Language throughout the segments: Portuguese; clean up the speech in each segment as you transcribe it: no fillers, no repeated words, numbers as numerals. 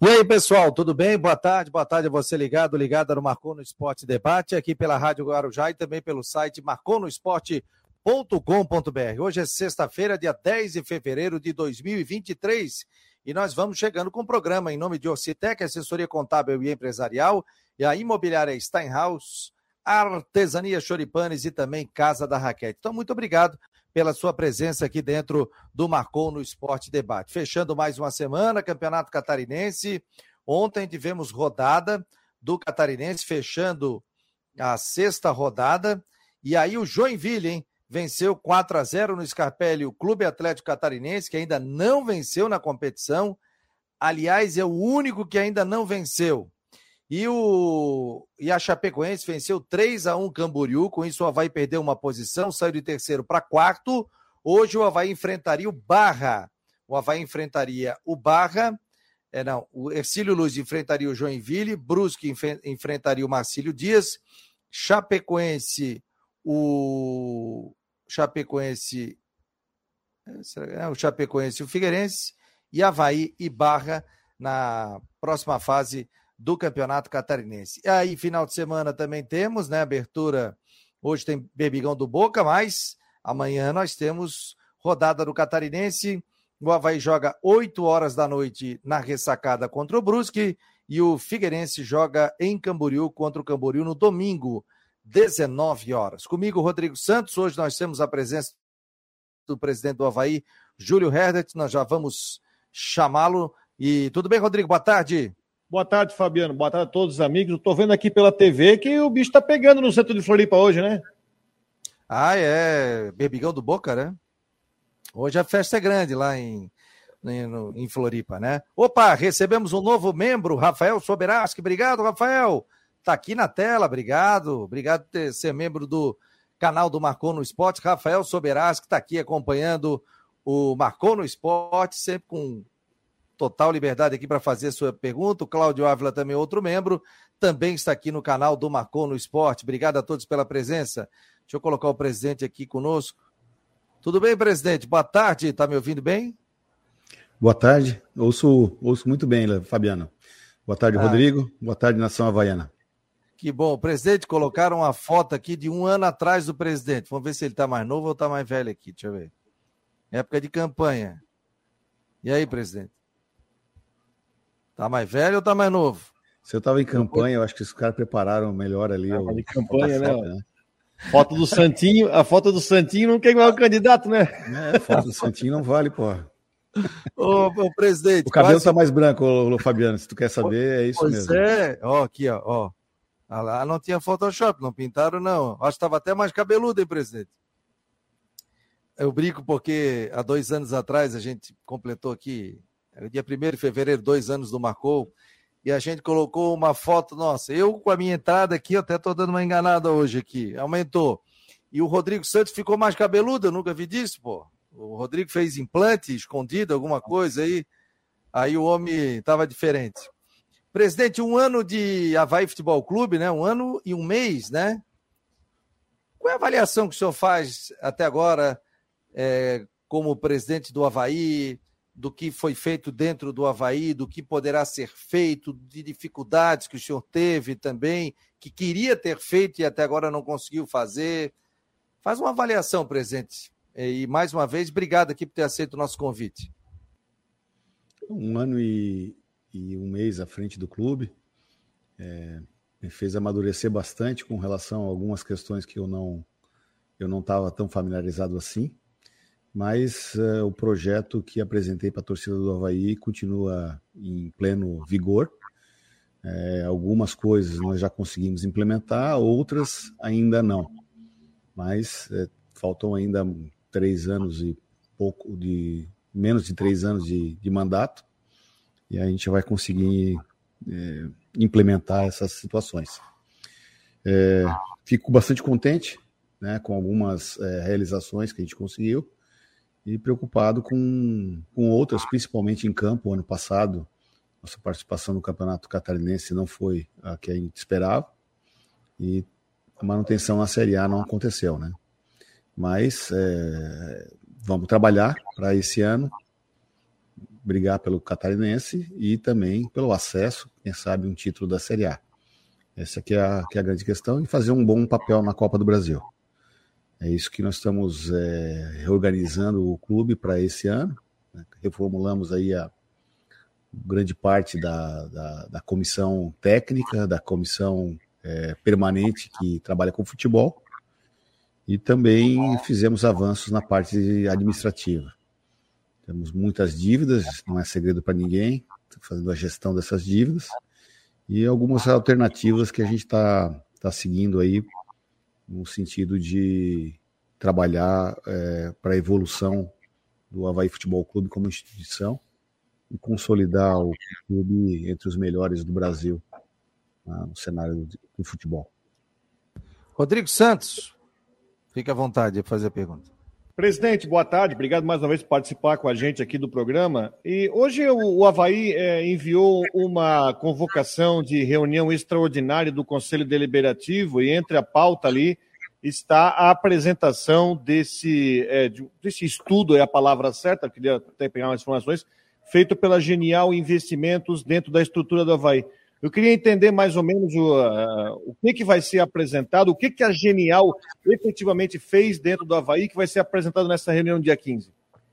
E aí, pessoal, tudo bem? Boa tarde a você ligada no Marcou no Esporte Debate, aqui pela Rádio Guarujá e também pelo site marconosport.com.br. Hoje é sexta-feira, dia 10 de fevereiro de 2023, e nós vamos chegando com o programa em nome de Orcitec, assessoria contábil e empresarial, e a imobiliária Steinhaus, Artesania Choripanes e também Casa da Raquete. Então, muito obrigado pela sua presença aqui dentro do Marcou no Esporte Debate. Fechando mais uma semana, Campeonato Catarinense. Ontem tivemos rodada do Catarinense, fechando a sexta rodada. E aí o Joinville, hein, venceu 4-0 no Scarpelli, o Clube Atlético Catarinense, que ainda não venceu na competição. Aliás, é o único que ainda não venceu. E a Chapecoense venceu 3-1 Camboriú, com isso o Avaí perdeu uma posição, saiu de terceiro para quarto. Hoje o Avaí enfrentaria o Barra. O Avaí enfrentaria o Barra, o Hercílio Luz enfrentaria o Joinville, Brusque enfrentaria o Marcílio Dias, Chapecoense e o Figueirense, e Avaí e Barra na próxima fase do Campeonato Catarinense. E aí, final de semana também temos, né, abertura, hoje tem Bebigão do Boca, mas amanhã nós temos rodada do Catarinense. O Avaí joga 8 horas da noite na ressacada contra o Brusque e o Figueirense joga em Camboriú contra o Camboriú no domingo, 19 horas. Comigo, Rodrigo Santos. Hoje nós temos a presença do presidente do Avaí, Júlio Herdet. Nós já vamos chamá-lo. E tudo bem, Rodrigo? Boa tarde. Boa tarde, Fabiano. Boa tarde a todos os amigos. Eu tô vendo aqui pela TV que o bicho tá pegando no centro de Floripa hoje, né? Ah, é. Bebigão do Boca, né? Hoje a festa é grande lá em Floripa, né? Opa, recebemos um novo membro, Rafael Soberaski. Obrigado, Rafael. Tá aqui na tela, obrigado. Obrigado por ser membro do canal do Marcou no Esporte. Rafael Soberaski tá aqui acompanhando o Marcou no Esporte, sempre com total liberdade aqui para fazer a sua pergunta. O Cláudio Ávila, também outro membro, também está aqui no canal do Marcou no Esporte. Obrigado a todos pela presença. Deixa eu colocar o presidente aqui conosco. Tudo bem, presidente? Boa tarde, está me ouvindo bem? Boa tarde, ouço muito bem, Fabiano. Boa tarde, Rodrigo. Boa tarde, Nação Havaiana. Que bom. Presidente, colocaram uma foto aqui de um ano atrás do presidente. Vamos ver se ele está mais novo ou está mais velho aqui. Deixa eu ver. Época de campanha. E aí, presidente? Tá mais velho ou tá mais novo? Se eu tava em campanha, eu acho que os caras prepararam melhor ali. De campanha, né? Foto do Santinho, a foto do Santinho não quer igual o candidato, né? Foto do Santinho não vale, porra. Ô, presidente. O cabelo tá mais branco, Fabiano, se tu quer saber, é isso pois mesmo. Pois é, ó, aqui, ó. Lá não tinha Photoshop, não pintaram, não. Acho que tava até mais cabeludo, hein, presidente? Eu brinco porque há 2 anos atrás a gente completou aqui, dia 1º de fevereiro, 2 anos do Marcou, e a gente colocou uma foto nossa. Eu, com a minha entrada aqui, eu até estou dando uma enganada hoje aqui, aumentou. E o Rodrigo Santos ficou mais cabeludo, eu nunca vi disso, pô. O Rodrigo fez implante escondido, alguma coisa aí o homem estava diferente. Presidente, 1 ano de Avaí Futebol Clube, né? 1 ano e 1 mês, né? Qual é a avaliação que o senhor faz até agora como presidente do Avaí, do que foi feito dentro do Avaí, do que poderá ser feito, de dificuldades que o senhor teve também, que queria ter feito e até agora não conseguiu fazer? Faz uma avaliação, presidente. E, mais uma vez, obrigado aqui por ter aceito o nosso convite. 1 ano e 1 mês à frente do clube. Me fez amadurecer bastante com relação a algumas questões que eu não estava tão familiarizado assim. Mas o projeto que apresentei para a torcida do Avaí continua em pleno vigor. Algumas coisas nós já conseguimos implementar, outras ainda não. Mas faltam ainda 3 anos e pouco, menos de 3 anos de mandato, e a gente vai conseguir implementar essas situações. Fico bastante contente, né, com algumas realizações que a gente conseguiu, e preocupado com outras, principalmente em campo. Ano passado, nossa participação no Campeonato Catarinense não foi a que a gente esperava, e a manutenção na Série A não aconteceu, né? Mas vamos trabalhar para esse ano brigar pelo Catarinense e também pelo acesso, quem sabe um título da Série A. Essa que é a grande questão, e fazer um bom papel na Copa do Brasil. É isso que nós estamos reorganizando o clube para esse ano, né? Reformulamos aí a grande parte da comissão técnica, da comissão permanente que trabalha com futebol, e também fizemos avanços na parte administrativa. Temos muitas dívidas, não é segredo para ninguém, fazendo a gestão dessas dívidas, e algumas alternativas que a gente está seguindo aí, no sentido de trabalhar para a evolução do Avaí Futebol Clube como instituição e consolidar o clube entre os melhores do Brasil no cenário do futebol. Rodrigo Santos, fique à vontade de fazer a pergunta. Presidente, boa tarde. Obrigado mais uma vez por participar com a gente aqui do programa. E hoje o Avaí enviou uma convocação de reunião extraordinária do Conselho Deliberativo, e entre a pauta ali está a apresentação desse estudo, é a palavra certa, queria até pegar umas informações, feito pela Genial Investimentos dentro da estrutura do Avaí. Eu queria entender mais ou menos o que vai ser apresentado, o que a Genial efetivamente fez dentro do Avaí que vai ser apresentado nessa reunião dia 15.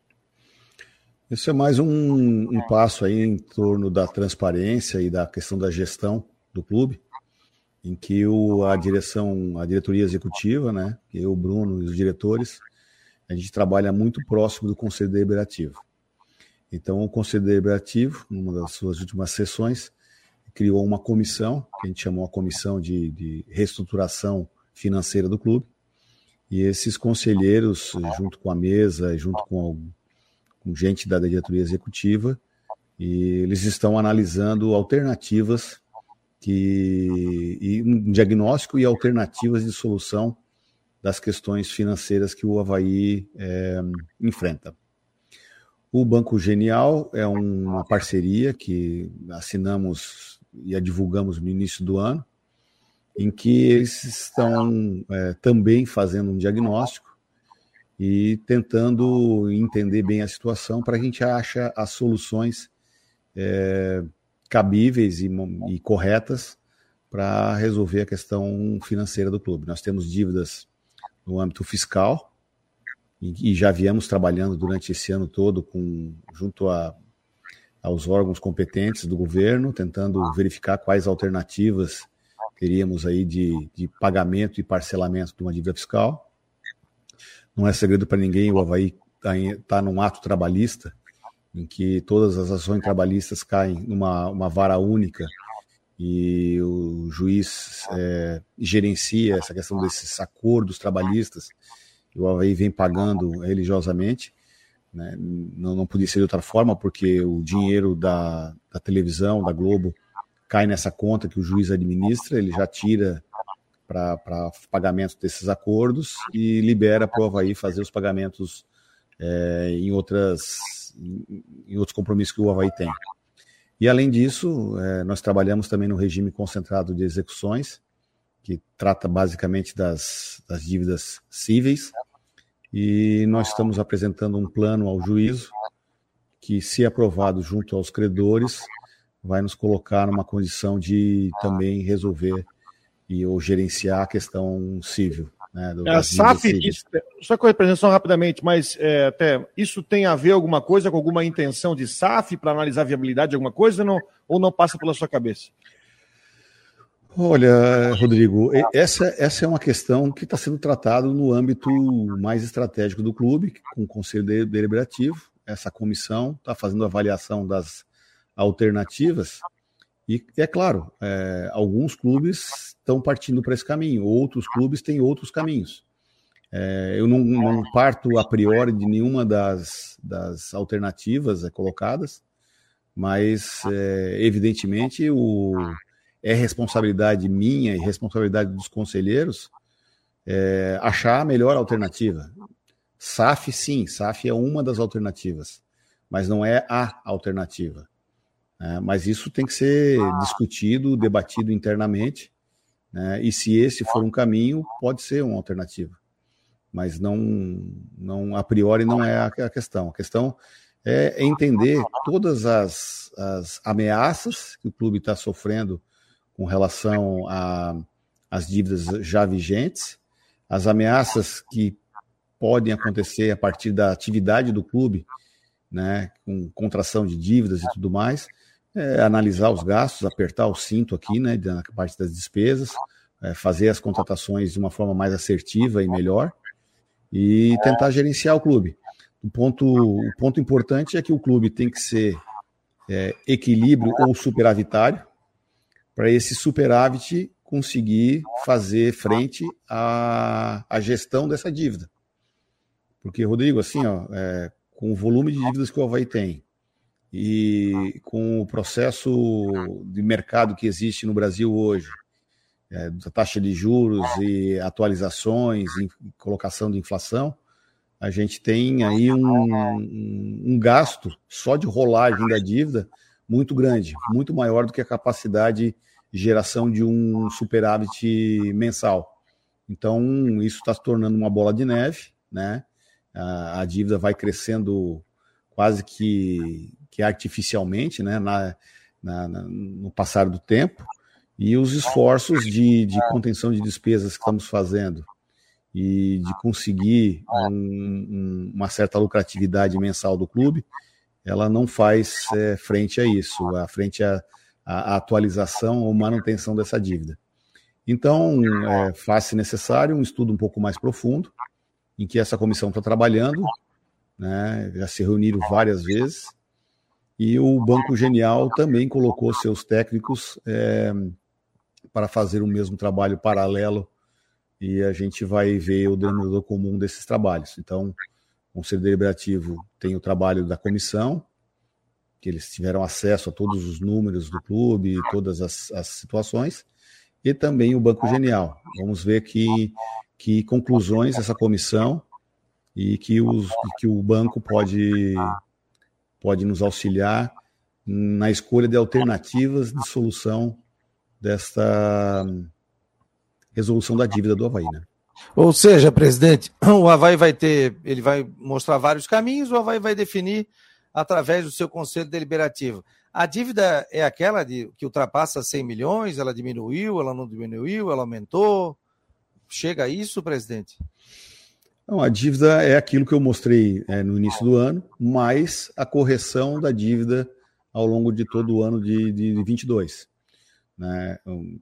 Isso é mais um passo aí em torno da transparência e da questão da gestão do clube, em que a diretoria executiva, né, eu, o Bruno e os diretores, a gente trabalha muito próximo do Conselho Deliberativo. Então, o Conselho Deliberativo, numa das suas últimas sessões, criou uma comissão, que a gente chamou a Comissão de Reestruturação Financeira do clube, e esses conselheiros, junto com a mesa, junto com gente da diretoria executiva, e eles estão analisando alternativas e um diagnóstico e alternativas de solução das questões financeiras que o Avaí enfrenta. O Banco Genial é uma parceria que assinamos e a divulgamos no início do ano, em que eles estão também fazendo um diagnóstico e tentando entender bem a situação para a gente achar as soluções cabíveis e corretas para resolver a questão financeira do clube. Nós temos dívidas no âmbito fiscal e já viemos trabalhando durante esse ano todo junto aos órgãos competentes do governo, tentando verificar quais alternativas teríamos aí de pagamento e parcelamento de uma dívida fiscal. Não é segredo para ninguém, o Avaí está num ato trabalhista, em que todas as ações trabalhistas caem numa vara única e o juiz gerencia essa questão desses acordos trabalhistas, e o Avaí vem pagando religiosamente, né? Não podia ser de outra forma, porque o dinheiro da televisão, da Globo, cai nessa conta que o juiz administra, ele já tira para pagamento desses acordos e libera para o Avaí fazer os pagamentos em outros compromissos que o Avaí tem. E, além disso, nós trabalhamos também no regime concentrado de execuções, que trata basicamente das dívidas cíveis, e nós estamos apresentando um plano ao juízo que, se aprovado junto aos credores, vai nos colocar numa condição de também resolver ou gerenciar a questão civil. Né, a SAF, só com a representação rapidamente, mas até isso tem a ver alguma coisa com alguma intenção de SAF para analisar a viabilidade de alguma coisa, ou não passa pela sua cabeça? Olha, Rodrigo, essa é uma questão que está sendo tratada no âmbito mais estratégico do clube, com o Conselho Deliberativo. Essa comissão está fazendo avaliação das alternativas e, é claro, alguns clubes estão partindo para esse caminho, outros clubes têm outros caminhos. Eu não parto a priori de nenhuma das alternativas colocadas, mas, evidentemente, é responsabilidade minha e responsabilidade dos conselheiros achar a melhor alternativa. SAF, sim, SAF é uma das alternativas, mas não é a alternativa. Mas isso tem que ser discutido, debatido internamente, né? E se esse for um caminho, pode ser uma alternativa. Mas não a priori não é a questão. A questão é entender todas as ameaças que o clube está sofrendo com relação às dívidas já vigentes, as ameaças que podem acontecer a partir da atividade do clube, né, com contração de dívidas e tudo mais, analisar os gastos, apertar o cinto aqui, né, na parte das despesas, fazer as contratações de uma forma mais assertiva e melhor, e tentar gerenciar o clube. O ponto importante é que o clube tem que ser equilíbrio ou superavitário, para esse superávit conseguir fazer frente à gestão dessa dívida. Porque, Rodrigo, assim, com o volume de dívidas que o Avaí tem e com o processo de mercado que existe no Brasil hoje, da taxa de juros e atualizações e colocação de inflação, a gente tem aí um gasto só de rolagem da dívida muito grande, muito maior do que a capacidade de geração de um superávit mensal. Então, isso está se tornando uma bola de neve, né? A dívida vai crescendo quase que artificialmente, né? No passar do tempo, e os esforços de contenção de despesas que estamos fazendo e de conseguir uma certa lucratividade mensal do clube, ela não faz frente a isso, frente à atualização ou manutenção dessa dívida. Então, faz-se necessário um estudo um pouco mais profundo, em que essa comissão está trabalhando, né, já se reuniram várias vezes, e o Banco Genial também colocou seus técnicos para fazer o mesmo trabalho paralelo, e a gente vai ver o denominador comum desses trabalhos. Então, o Conselho Deliberativo tem o trabalho da comissão, que eles tiveram acesso a todos os números do clube, todas as situações, e também o Banco Genial. Vamos ver que conclusões essa comissão e que o banco pode nos auxiliar na escolha de alternativas de solução desta resolução da dívida do Avaí, né? Ou seja, presidente, o Avaí ele vai mostrar vários caminhos, o Avaí vai definir através do seu Conselho Deliberativo. A dívida é aquela que ultrapassa 100 milhões, ela diminuiu, ela não diminuiu, ela aumentou? Chega a isso, presidente? Não, a dívida é aquilo que eu mostrei no início do ano, mais a correção da dívida ao longo de todo o ano de 22. Né?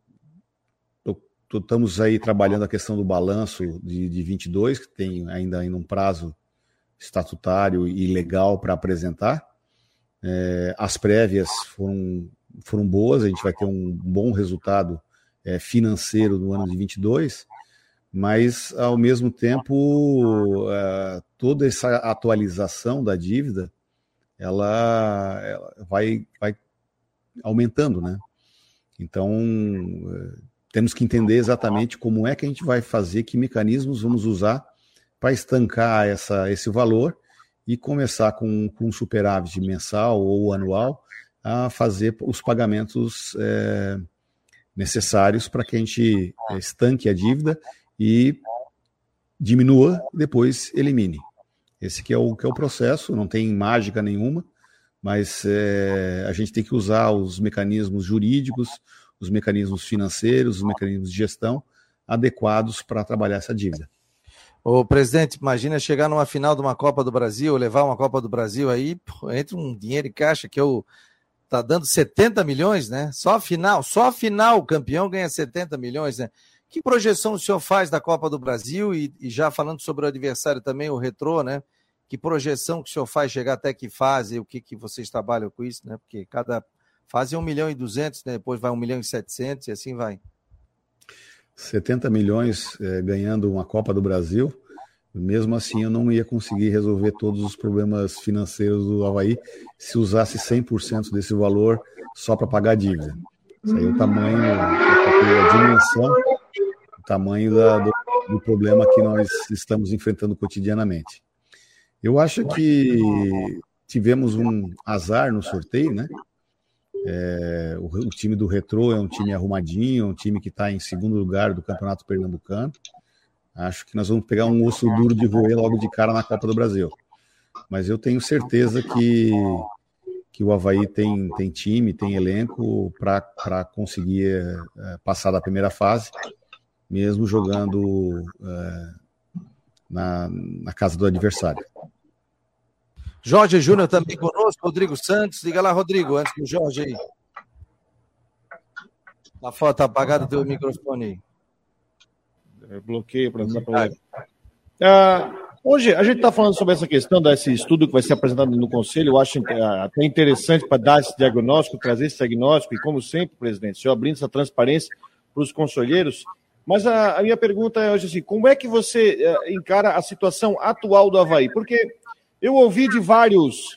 Estamos aí trabalhando a questão do balanço de 22, que tem ainda um prazo estatutário e legal para apresentar. As prévias foram boas, a gente vai ter um bom resultado financeiro no ano de 22, mas, ao mesmo tempo, toda essa atualização da dívida, ela vai aumentando, né? Então, temos que entender exatamente como é que a gente vai fazer, que mecanismos vamos usar para estancar esse valor e começar com um superávit mensal ou anual a fazer os pagamentos necessários para que a gente estanque a dívida e diminua, depois elimine. Esse que é o processo, não tem mágica nenhuma, mas a gente tem que usar os mecanismos jurídicos, os mecanismos financeiros, os mecanismos de gestão adequados para trabalhar essa dívida. Ô, presidente, imagina chegar numa final de uma Copa do Brasil, levar uma Copa do Brasil aí, entra um dinheiro em caixa que tá dando 70 milhões, né? Só a final, o campeão ganha 70 milhões, né? Que projeção o senhor faz da Copa do Brasil e já falando sobre o adversário também, o Retrô, né? Que projeção que o senhor faz chegar até que fase, o que vocês trabalham com isso, né? Porque cada fase é 1.200.000, né? Depois vai 1.700.000 e assim vai. 70 milhões ganhando uma Copa do Brasil, mesmo assim eu não ia conseguir resolver todos os problemas financeiros do Avaí se usasse 100% desse valor só para pagar a dívida. Isso aí é o tamanho, a dimensão, o tamanho do problema que nós estamos enfrentando cotidianamente. Eu acho que tivemos um azar no sorteio, né? O time do Retrô é um time arrumadinho, um time que está em segundo lugar do Campeonato Pernambucano. Acho que nós vamos pegar um osso duro de roer logo de cara na Copa do Brasil. mas eu tenho certeza que o Avaí tem time, tem elenco para conseguir passar da primeira fase, mesmo jogando na casa do adversário. Jorge Júnior também conosco, Rodrigo Santos. Liga lá, Rodrigo, antes do Jorge aí. A foto tá apagada do teu microfone aí. Eu bloqueio para não dar problema. Hoje, a gente está falando sobre essa questão desse estudo que vai ser apresentado no Conselho. Eu acho até interessante para dar esse diagnóstico, trazer esse diagnóstico, e como sempre, presidente, o senhor abrindo essa transparência para os conselheiros. Mas a minha pergunta é hoje assim, como é que você encara a situação atual do Avaí? Porque eu ouvi de vários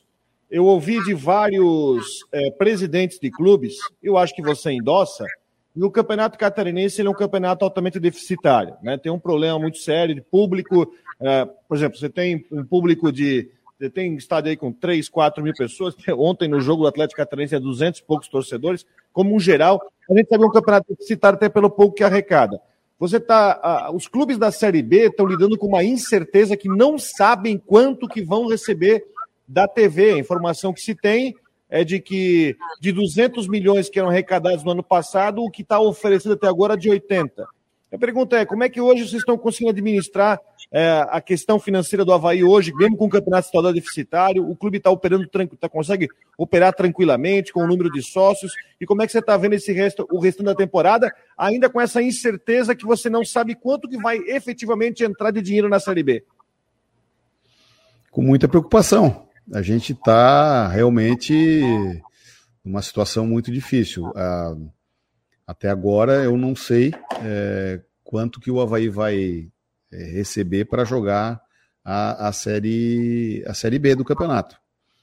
presidentes de clubes, eu acho que você endossa, e o Campeonato Catarinense ele é um campeonato altamente deficitário, né? Tem um problema muito sério de público. Por exemplo, você tem um público você tem estádio aí com 3, 4 mil pessoas. Ontem, no jogo do Atlético Catarinense, 200 e poucos torcedores. Como um geral, a gente sabe um campeonato deficitário até pelo pouco que arrecada. Os clubes da Série B estão lidando com uma incerteza que não sabem quanto que vão receber da TV. A informação que se tem é de que de 200 milhões que eram arrecadados no ano passado, o que está oferecido até agora é de 80. A pergunta é, como é que hoje vocês estão conseguindo administrar a questão financeira do Avaí hoje, mesmo com o campeonato estadual deficitário? O clube está operando consegue operar tranquilamente, com o número de sócios, e como é que você está vendo o restante da temporada, ainda com essa incerteza que você não sabe quanto que vai efetivamente entrar de dinheiro na Série B? Com muita preocupação. A gente está realmente numa situação muito difícil. Até agora eu não sei quanto que o Avaí vai receber para jogar a série B do campeonato.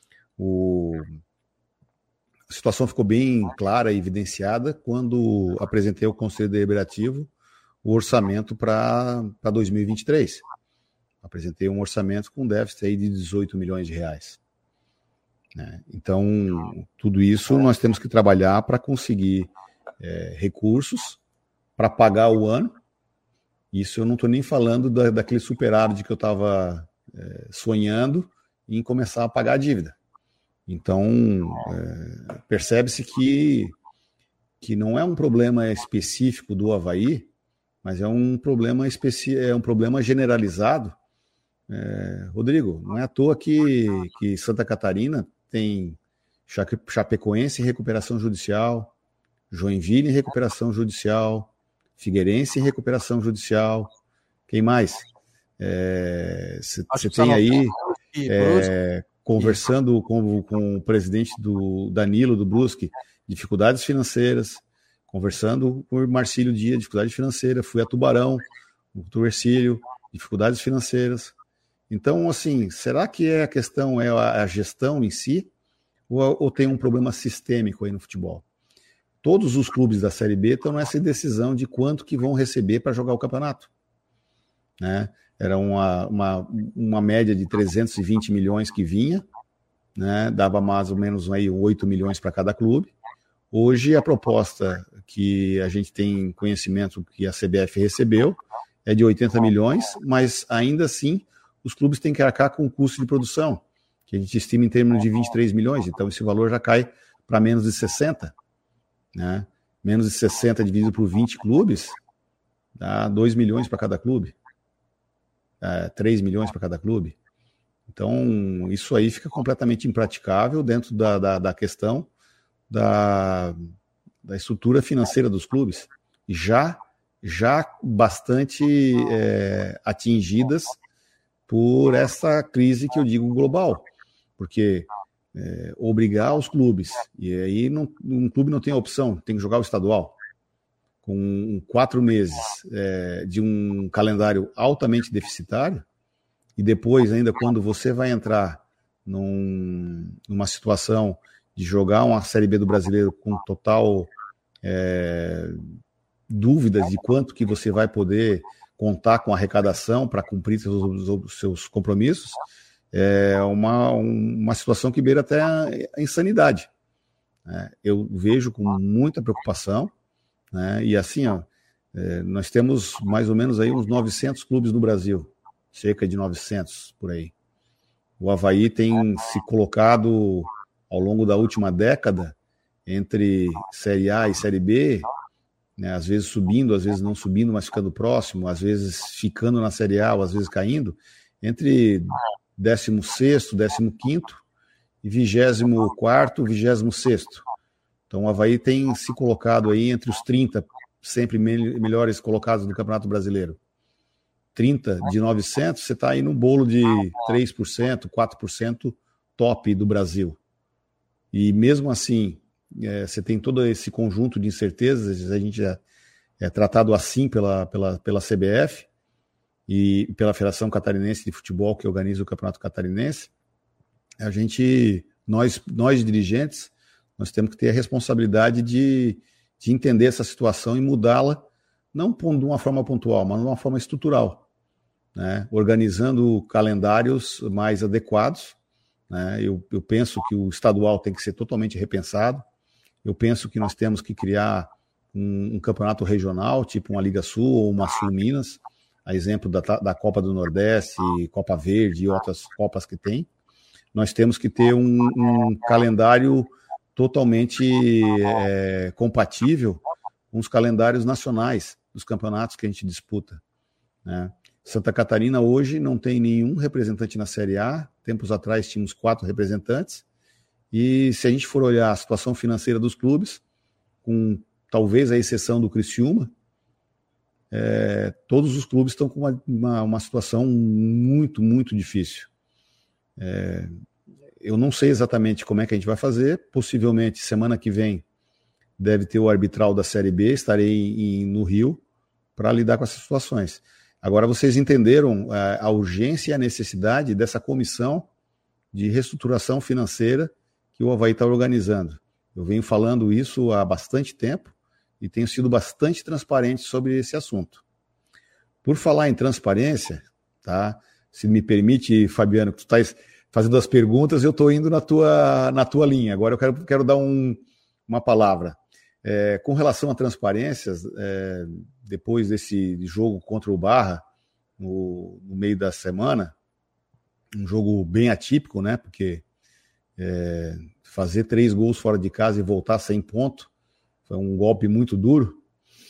A situação ficou bem clara e evidenciada quando apresentei ao Conselho Deliberativo o orçamento para 2023. Apresentei um orçamento com déficit aí de 18 milhões de reais. Então, tudo isso nós temos que trabalhar para conseguir recursos para pagar o ano. Isso eu não estou nem falando daquele superávit que eu estava sonhando em começar a pagar a dívida. Então, percebe-se que não é um problema específico do Avaí, mas é um problema generalizado. Rodrigo, não é à toa que Santa Catarina tem Chapecoense em recuperação judicial, Joinville em recuperação judicial, Figueirense em recuperação judicial. Quem mais? Você tem aí, conversando com o presidente do Danilo, do Brusque, dificuldades financeiras, conversando com o Marcílio Dias, dificuldade financeira, fui a Tubarão, o Ercílio, dificuldades financeiras. Então, assim, será que a questão é a gestão em si ou tem um problema sistêmico aí no futebol? Todos os clubes da Série B estão nessa indecisão de quanto que vão receber para jogar o campeonato. Né? Era uma média de 320 milhões que vinha, né? Dava mais ou menos aí 8 milhões para cada clube. Hoje, a proposta que a gente tem conhecimento que a CBF recebeu é de 80 milhões, mas ainda assim os clubes têm que arcar com o custo de produção, que a gente estima em termos de 23 milhões, então esse valor já cai para menos de 60. Né? Menos de 60 dividido por 20 clubes, dá 2 milhões para cada clube, 3 milhões para cada clube. Então, isso aí fica completamente impraticável dentro da questão da estrutura financeira dos clubes, já bastante atingidas por essa crise que eu digo global, porque obrigar os clubes, e aí um clube não tem a opção, tem que jogar o estadual, com 4 meses de um calendário altamente deficitário, e depois ainda quando você vai entrar numa situação de jogar uma Série B do Brasileiro com total dúvidas de quanto que você vai poder contar com arrecadação para cumprir seus compromissos, é uma situação que beira até a insanidade. Eu vejo com muita preocupação, né? E assim, nós temos mais ou menos aí uns 900 clubes no Brasil, cerca de 900 por aí. O Avaí tem se colocado ao longo da última década entre Série A e Série B, né, às vezes subindo, às vezes não subindo, mas ficando próximo, às vezes ficando na Série A, ou às vezes caindo, entre 16º, 15º e 24º, 26º. Então o Avaí tem se colocado aí entre os 30 sempre melhores colocados do Campeonato Brasileiro. 30 de 900, você está aí no bolo de 3%, 4% top do Brasil. E mesmo assim, você tem todo esse conjunto de incertezas, a gente é tratado assim pela CBF e pela Federação Catarinense de Futebol, que organiza o Campeonato Catarinense. Nós dirigentes, nós temos que ter a responsabilidade de entender essa situação e mudá-la, não de uma forma pontual, mas de uma forma estrutural, né? Organizando calendários mais adequados, né? Eu penso que o estadual tem que ser totalmente repensado. Eu penso que nós temos que criar um campeonato regional, tipo uma Liga Sul ou uma Sul Minas, a exemplo da Copa do Nordeste, Copa Verde e outras copas que tem. Nós temos que ter um calendário totalmente compatível com os calendários nacionais dos campeonatos que a gente disputa, né? Santa Catarina hoje não tem nenhum representante na Série A. Tempos atrás tínhamos 4 representantes. E se a gente for olhar a situação financeira dos clubes, com talvez a exceção do Criciúma, todos os clubes estão com uma situação muito, muito difícil. Eu não sei exatamente como é que a gente vai fazer. Possivelmente, semana que vem, deve ter o arbitral da Série B. Estarei no Rio para lidar com essas situações. Agora, vocês entenderam a urgência e a necessidade dessa comissão de reestruturação financeira que o Avaí está organizando. Eu venho falando isso há bastante tempo e tenho sido bastante transparente sobre esse assunto. Por falar em transparência, tá? Se me permite, Fabiano, que tu estás fazendo as perguntas, eu estou indo na tua linha. Agora eu quero dar uma palavra. Com relação a transparências, depois desse jogo contra o Barra, no meio da semana, um jogo bem atípico, né? Porque fazer 3 gols fora de casa e voltar sem ponto foi um golpe muito duro.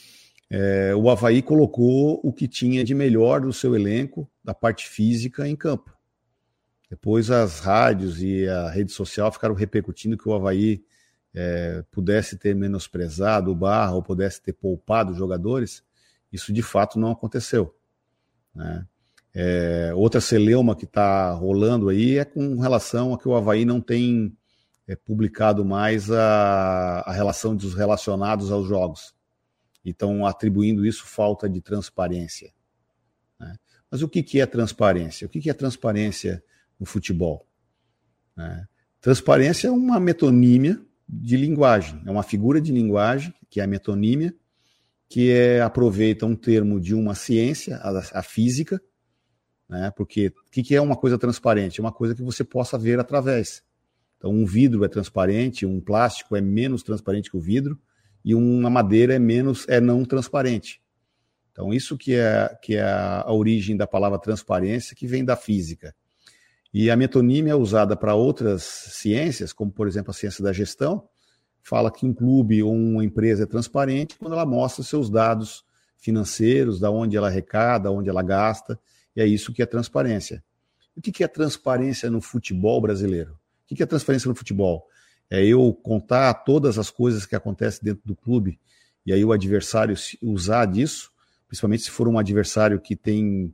O Avaí colocou o que tinha de melhor do seu elenco, da parte física, em campo. Depois as rádios e a rede social ficaram repercutindo que o Avaí pudesse ter menosprezado o Barra ou pudesse ter poupado os jogadores. Isso de fato não aconteceu, né? Outra celeuma que está rolando aí é com relação a que o Avaí não tem publicado mais a relação dos relacionados aos jogos. E estão atribuindo isso falta de transparência, né? Mas o que é transparência? O que é transparência no futebol? Transparência é uma metonímia de linguagem, é uma figura de linguagem, que é a metonímia, que aproveita um termo de uma ciência, a física, né? Porque o que é uma coisa transparente? É uma coisa que você possa ver através. Então, um vidro é transparente, um plástico é menos transparente que o vidro, e uma madeira é não transparente. Então, isso que é a origem da palavra transparência, que vem da física. E a metonímia é usada para outras ciências, como, por exemplo, a ciência da gestão, fala que um clube ou uma empresa é transparente quando ela mostra seus dados financeiros, da onde ela arrecada, onde ela gasta, e é isso que é transparência. O que é transparência no futebol brasileiro? O que é transparência no futebol? É eu contar todas as coisas que acontecem dentro do clube, e aí o adversário usar disso, principalmente se for um adversário que tem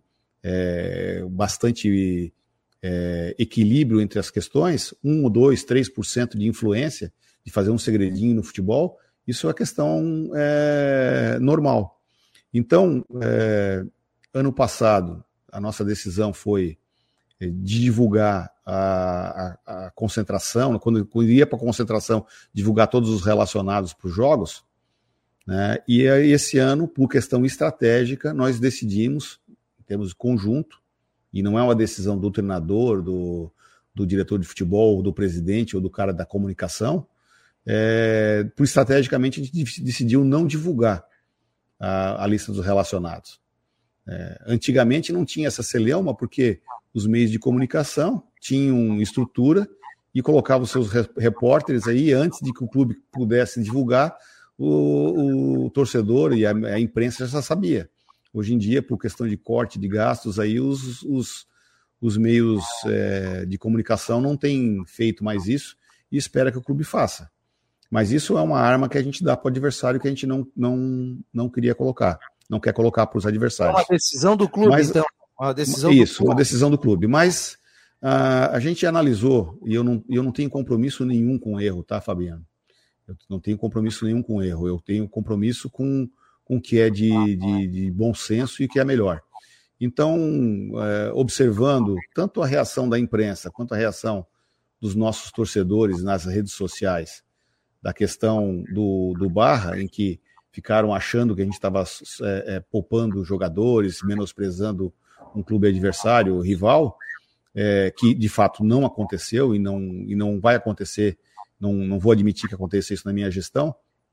bastante equilíbrio entre as questões, 1, 2, 3% de influência, de fazer um segredinho no futebol, isso é questão normal. Então, ano passado, a nossa decisão foi de divulgar a concentração, quando ia para a concentração, divulgar todos os relacionados para os jogos, né? E aí, esse ano, por questão estratégica, nós decidimos, em termos de conjunto, e não é uma decisão do treinador, do diretor de futebol, do presidente ou do cara da comunicação, estrategicamente a gente decidiu não divulgar a lista dos relacionados. Antigamente não tinha essa celeuma, porque os meios de comunicação tinham estrutura e colocavam os seus repórteres aí, antes de que o clube pudesse divulgar, o torcedor e a imprensa já sabia. Hoje em dia, por questão de corte de gastos, aí os meios de comunicação não têm feito mais isso e espera que o clube faça. Mas isso é uma arma que a gente dá para o adversário que a gente não queria colocar, não quer colocar para os adversários. É uma decisão do clube, então. Uma decisão do clube. Mas a gente analisou, e eu não tenho compromisso nenhum com erro, tá, Fabiano? Eu não tenho compromisso nenhum com erro, eu tenho compromisso com o que é de bom senso e o que é melhor. Então, observando tanto a reação da imprensa quanto a reação dos nossos torcedores nas redes sociais, da questão do Barra, em que ficaram achando que a gente estava poupando jogadores, menosprezando um clube adversário, rival, que de fato não aconteceu e não vai acontecer, não vou admitir que aconteça isso na minha gestão.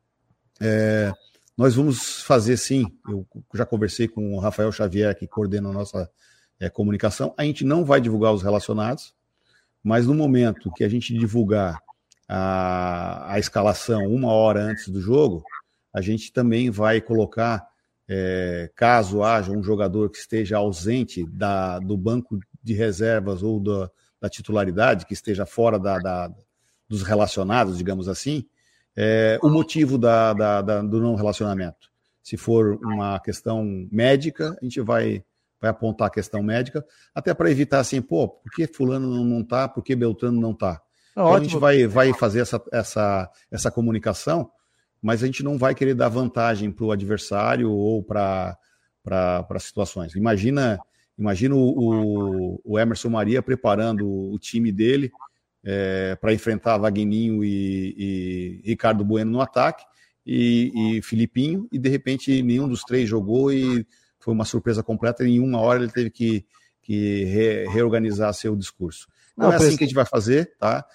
Nós vamos fazer sim, eu já conversei com o Rafael Xavier, que coordena a nossa comunicação, a gente não vai divulgar os relacionados, mas no momento que a gente divulgar a escalação 1 hora antes do jogo, a gente também vai colocar, caso haja um jogador que esteja ausente do banco de reservas ou da titularidade, que esteja fora dos relacionados, digamos assim, o motivo do não relacionamento. Se for uma questão médica, a gente vai apontar a questão médica, até para evitar assim, por que fulano não está, por que Beltrano não está? Então a gente vai fazer essa comunicação, mas a gente não vai querer dar vantagem para o adversário ou para situações. Imagina o Emerson Maria preparando o time dele para enfrentar Vagninho e Ricardo Bueno no ataque e Filipinho, e de repente nenhum dos três jogou e foi uma surpresa completa, e em 1 hora ele teve que reorganizar seu discurso. Não é assim que a gente vai fazer, tá?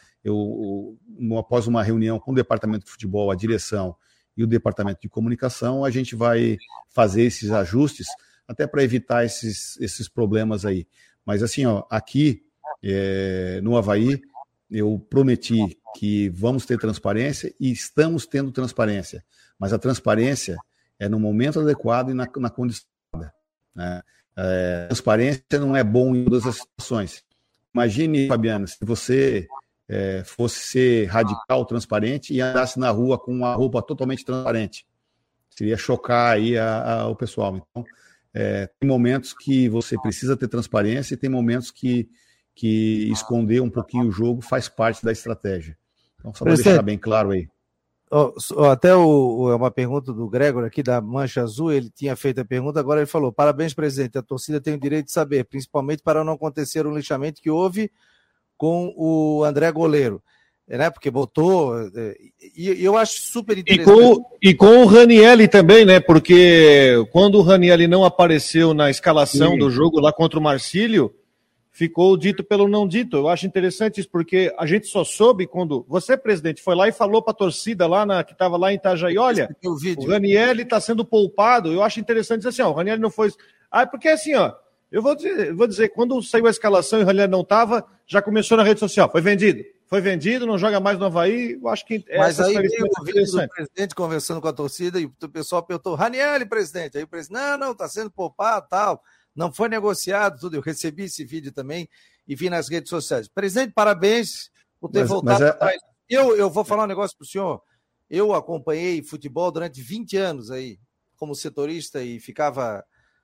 Após uma reunião com o departamento de futebol, a direção e o departamento de comunicação, a gente vai fazer esses ajustes até para evitar esses problemas aí. Mas assim, aqui no Avaí, eu prometi que vamos ter transparência e estamos tendo transparência, mas a transparência é no momento adequado e na condição, né? Transparência não é bom em todas as situações. Imagine, Fabiano, se você fosse ser radical, transparente e andasse na rua com uma roupa totalmente transparente. Seria chocar aí o pessoal. Então, tem momentos que você precisa ter transparência e tem momentos que esconder um pouquinho o jogo faz parte da estratégia. Então, só para deixar bem claro aí. Até uma pergunta do Gregor aqui, da Mancha Azul, ele tinha feito a pergunta, agora ele falou: parabéns, presidente, a torcida tem o direito de saber, principalmente para não acontecer um lixamento que houve com o André Goleiro, né? Porque botou, e eu acho super interessante. E com o Ranielli também, né? Porque quando o Ranielli não apareceu na escalação do jogo lá contra o Marcílio, ficou dito pelo não dito. Eu acho interessante isso, porque a gente só soube quando você, presidente, foi lá e falou para a torcida lá que estava lá em Itajaí: olha, o Ranielli está sendo poupado. Eu acho interessante dizer assim, o Ranielli não foi... porque assim, eu vou dizer, quando saiu a escalação e o Ranielli não estava, já começou na rede social, foi vendido, não joga mais no Avaí. Eu acho que mas aí veio o vídeo do presidente conversando com a torcida e o pessoal perguntou: Ranielli, presidente. Aí o presidente: não, está sendo poupado, tal. Não foi negociado, tudo. Eu recebi esse vídeo também e vi nas redes sociais. Presidente, parabéns por ter voltado atrás. Eu vou falar um negócio para o senhor. Eu acompanhei futebol durante 20 anos aí, como setorista, e ficava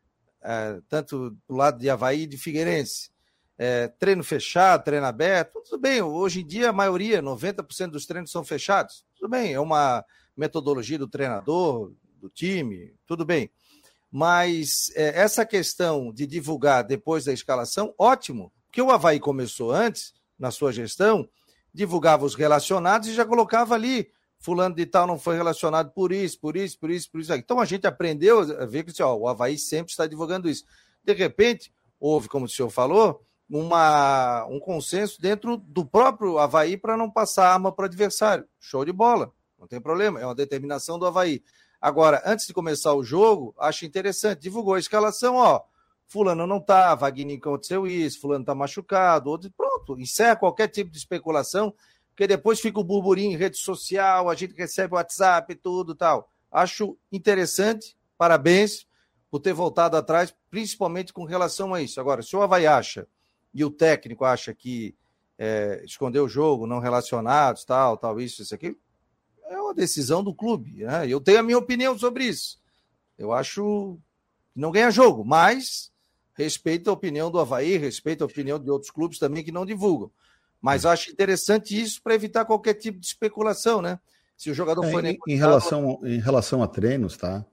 tanto do lado de Avaí e de Figueirense. Treino fechado, treino aberto, tudo bem. Hoje em dia, a maioria, 90% dos treinos são fechados. Tudo bem, é uma metodologia do treinador, do time, tudo bem. Mas essa questão de divulgar depois da escalação, ótimo, porque o Avaí começou antes, na sua gestão, divulgava os relacionados e já colocava ali: fulano de tal não foi relacionado por isso. Então a gente aprendeu a ver que o Avaí sempre está divulgando isso. De repente, houve, como o senhor falou, um consenso dentro do próprio Avaí para não passar arma para o adversário. Show de bola, não tem problema, é uma determinação do Avaí. Agora, antes de começar o jogo, acho interessante, divulgou a escalação, fulano não tá, Wagner aconteceu isso, fulano tá machucado, outro, pronto, encerra qualquer tipo de especulação, porque depois fica o burburinho em rede social, a gente recebe o WhatsApp e tudo e tal. Acho interessante, parabéns por ter voltado atrás, principalmente com relação a isso. Agora, se o Avaí acha, e o técnico acha que escondeu o jogo, não relacionados, tal, isso aqui, é uma decisão do clube, né? Eu tenho a minha opinião sobre isso. Eu acho que não ganha jogo, mas respeito a opinião do Avaí, respeito a opinião de outros clubes também que não divulgam. Mas acho interessante isso para evitar qualquer tipo de especulação, né? Se o jogador for negociado... Em relação a treinos, tá?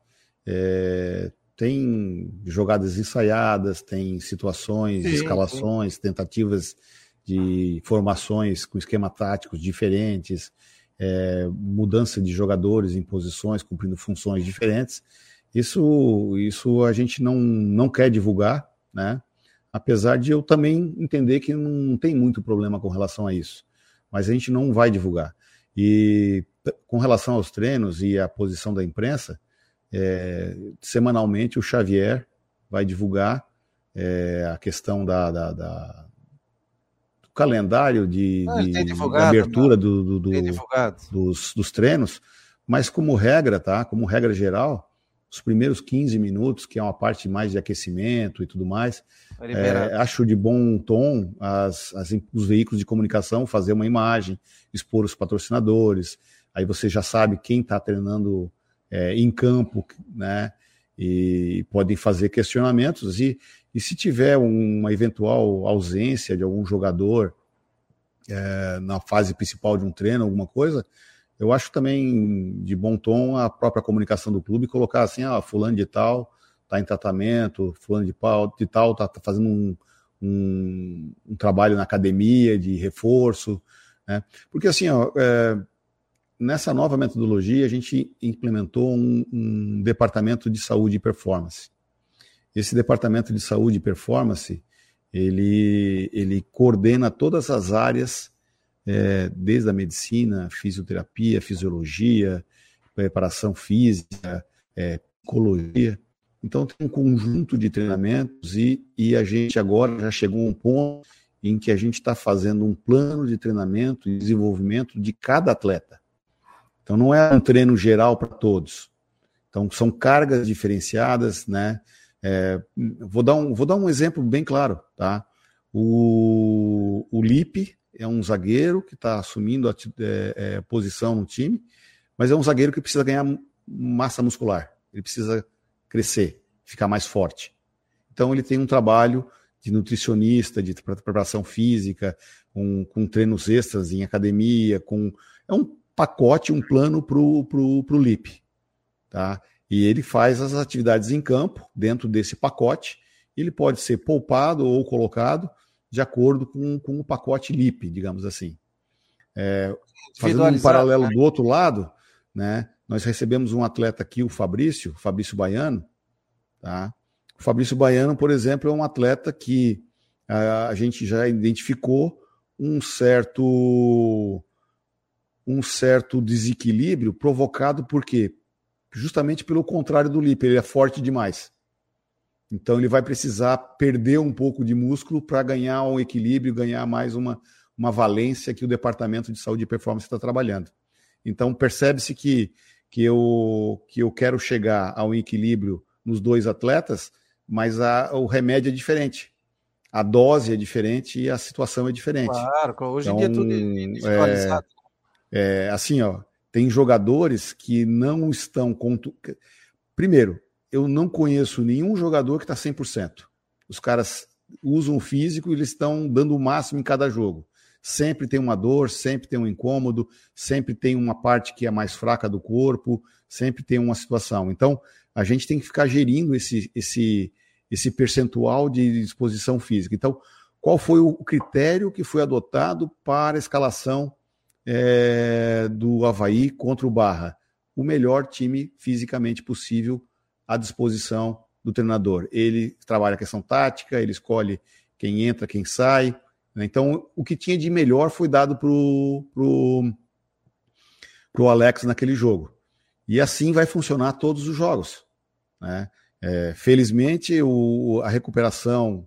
Tem jogadas ensaiadas, tem situações, escalações, tentativas de formações com esquema táticos diferentes, mudança de jogadores em posições, cumprindo funções diferentes. Isso a gente não quer divulgar, né? Apesar de eu também entender que não tem muito problema com relação a isso. Mas a gente não vai divulgar. E com relação aos treinos e à posição da imprensa, semanalmente o Xavier vai divulgar a questão do calendário de abertura dos treinos, mas como regra, tá? Como regra geral, os primeiros 15 minutos, que é uma parte mais de aquecimento e tudo mais, acho de bom tom os veículos de comunicação fazer uma imagem, expor os patrocinadores, aí você já sabe quem está treinando em campo, né? E podem fazer questionamentos, e se tiver uma eventual ausência de algum jogador na fase principal de um treino, alguma coisa, eu acho também de bom tom a própria comunicação do clube colocar assim, fulano de tal está em tratamento, fulano de tal está fazendo um trabalho na academia de reforço, né? Porque assim, nessa nova metodologia a gente implementou um departamento de saúde e performance. Esse departamento de saúde e performance, ele coordena todas as áreas, desde a medicina, fisioterapia, fisiologia, preparação física, psicologia. Então tem um conjunto de treinamentos e a gente agora já chegou a um ponto em que a gente está fazendo um plano de treinamento e desenvolvimento de cada atleta. Então não é um treino geral para todos. Então são cargas diferenciadas, né? Vou dar um exemplo bem claro, tá? O Lipe é um zagueiro que está assumindo a posição no time, mas é um zagueiro que precisa ganhar massa muscular, ele precisa crescer, ficar mais forte. Então ele tem um trabalho de nutricionista, de preparação física, com treinos extras em academia, é um pacote, um plano para o Lipe, tá? E ele faz as atividades em campo, dentro desse pacote, ele pode ser poupado ou colocado de acordo com o pacote Lipe, digamos assim. Fazendo um paralelo do outro lado, né, nós recebemos um atleta aqui, o Fabrício Baiano, tá? O Fabrício Baiano, por exemplo, é um atleta que a gente já identificou um certo desequilíbrio provocado por quê? Justamente pelo contrário do Lipe, ele é forte demais. Então ele vai precisar perder um pouco de músculo para ganhar um equilíbrio, ganhar mais uma valência que o Departamento de Saúde e Performance está trabalhando. Então percebe-se que eu quero chegar a um equilíbrio nos dois atletas, mas o remédio é diferente. A dose é diferente e a situação é diferente. Claro, hoje em dia é tudo individualizado. Assim, tem jogadores que não estão... Primeiro, eu não conheço nenhum jogador que está 100%. Os caras usam o físico e eles estão dando o máximo em cada jogo. Sempre tem uma dor, sempre tem um incômodo, sempre tem uma parte que é mais fraca do corpo, sempre tem uma situação. Então, a gente tem que ficar gerindo esse percentual de disposição física. Então, qual foi o critério que foi adotado para a escalação do Avaí contra o Barra? O melhor time fisicamente possível à disposição do treinador. Ele trabalha a questão tática, ele escolhe quem entra, quem sai. Então, o que tinha de melhor foi dado pro Alex naquele jogo. E assim vai funcionar todos os jogos, né? Felizmente, a recuperação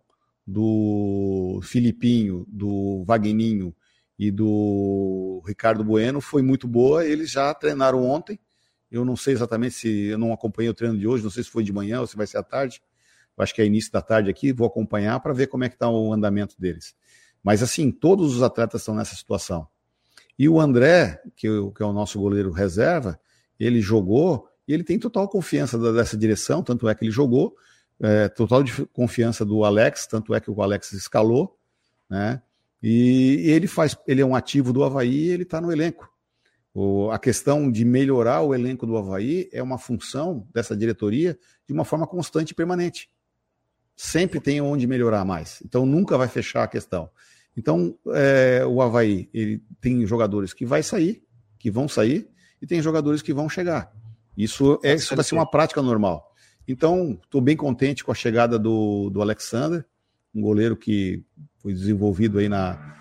do Filipinho, do Vagninho e do Ricardo Bueno foi muito boa. Eles já treinaram ontem. Eu não sei exatamente se eu não acompanhei o treino de hoje, não sei se foi de manhã ou se vai ser à tarde. Eu acho que é início da tarde aqui, vou acompanhar para ver como é que está o andamento deles. Mas assim, todos os atletas estão nessa situação. E o André, que é o nosso goleiro reserva, ele jogou e ele tem total confiança dessa direção, tanto é que ele jogou, total confiança do Alex, tanto é que o Alex escalou, né? E ele é um ativo do Avaí e ele está no elenco. A questão de melhorar o elenco do Avaí é uma função dessa diretoria de uma forma constante e permanente. Sempre tem onde melhorar mais. Então nunca vai fechar a questão. Então o Avaí ele tem jogadores que vão sair, e tem jogadores que vão chegar. Isso vai ser uma prática normal. Então, estou bem contente com a chegada do Alexander, um goleiro que foi desenvolvido aí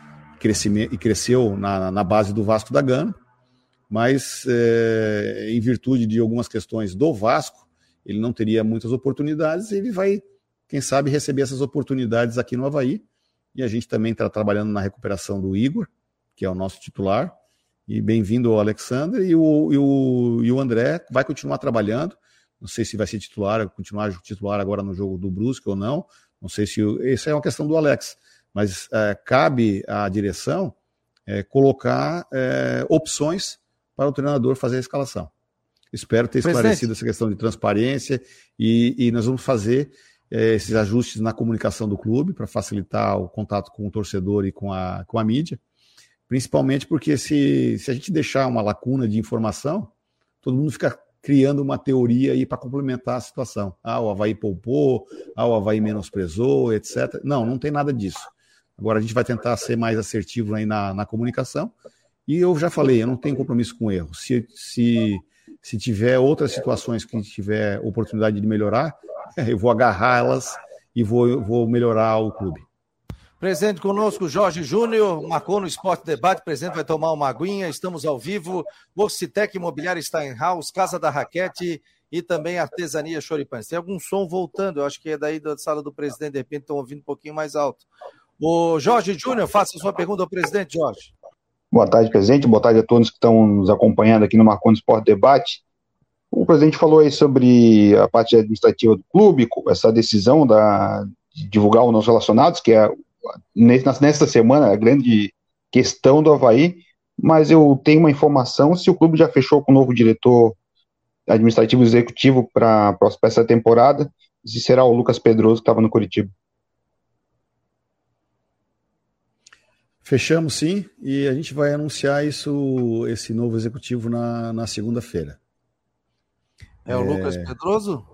e cresceu na base do Vasco da Gama, mas em virtude de algumas questões do Vasco, ele não teria muitas oportunidades, e ele vai, quem sabe, receber essas oportunidades aqui no Avaí. E a gente também está trabalhando na recuperação do Igor, que é o nosso titular. E bem-vindo ao Alexander, e o André vai continuar trabalhando. Não sei se vai ser continuar titular agora no jogo do Brusque ou não. Não sei se isso é uma questão do Alex, mas cabe à direção colocar opções para o treinador fazer a escalação. Espero ter esclarecido essa questão de transparência e nós vamos fazer esses ajustes na comunicação do clube para facilitar o contato com o torcedor e com a mídia. Principalmente porque se a gente deixar uma lacuna de informação, todo mundo fica criando uma teoria aí para complementar a situação. O Avaí poupou, o Avaí menosprezou, etc. Não tem nada disso. Agora a gente vai tentar ser mais assertivo aí na comunicação. E eu já falei, eu não tenho compromisso com erro. Se tiver outras situações que tiver oportunidade de melhorar, eu vou agarrá-las e vou melhorar o clube. Presente conosco, Jorge Júnior, marcou no Esporte Debate, presente, vai tomar uma aguinha, estamos ao vivo, Orcitec Imobiliária Steinhaus, Casa da Raquete e também Artesania Choripães. Tem algum som voltando, eu acho que é daí da sala do presidente, de repente estão ouvindo um pouquinho mais alto. O Jorge Júnior, faça a sua pergunta ao presidente, Jorge. Boa tarde, presidente, boa tarde a todos que estão nos acompanhando aqui no Marcou no Esporte Debate. O presidente falou aí sobre a parte administrativa do clube, essa decisão de divulgar os nossos relacionados, que é nesta semana a grande questão do Avaí, mas eu tenho uma informação se o clube já fechou com o novo diretor administrativo executivo para essa temporada, se será o Lucas Pedroso, que estava no Curitiba. Fechamos sim, e a gente vai anunciar esse novo executivo na segunda-feira. É o Lucas Pedroso?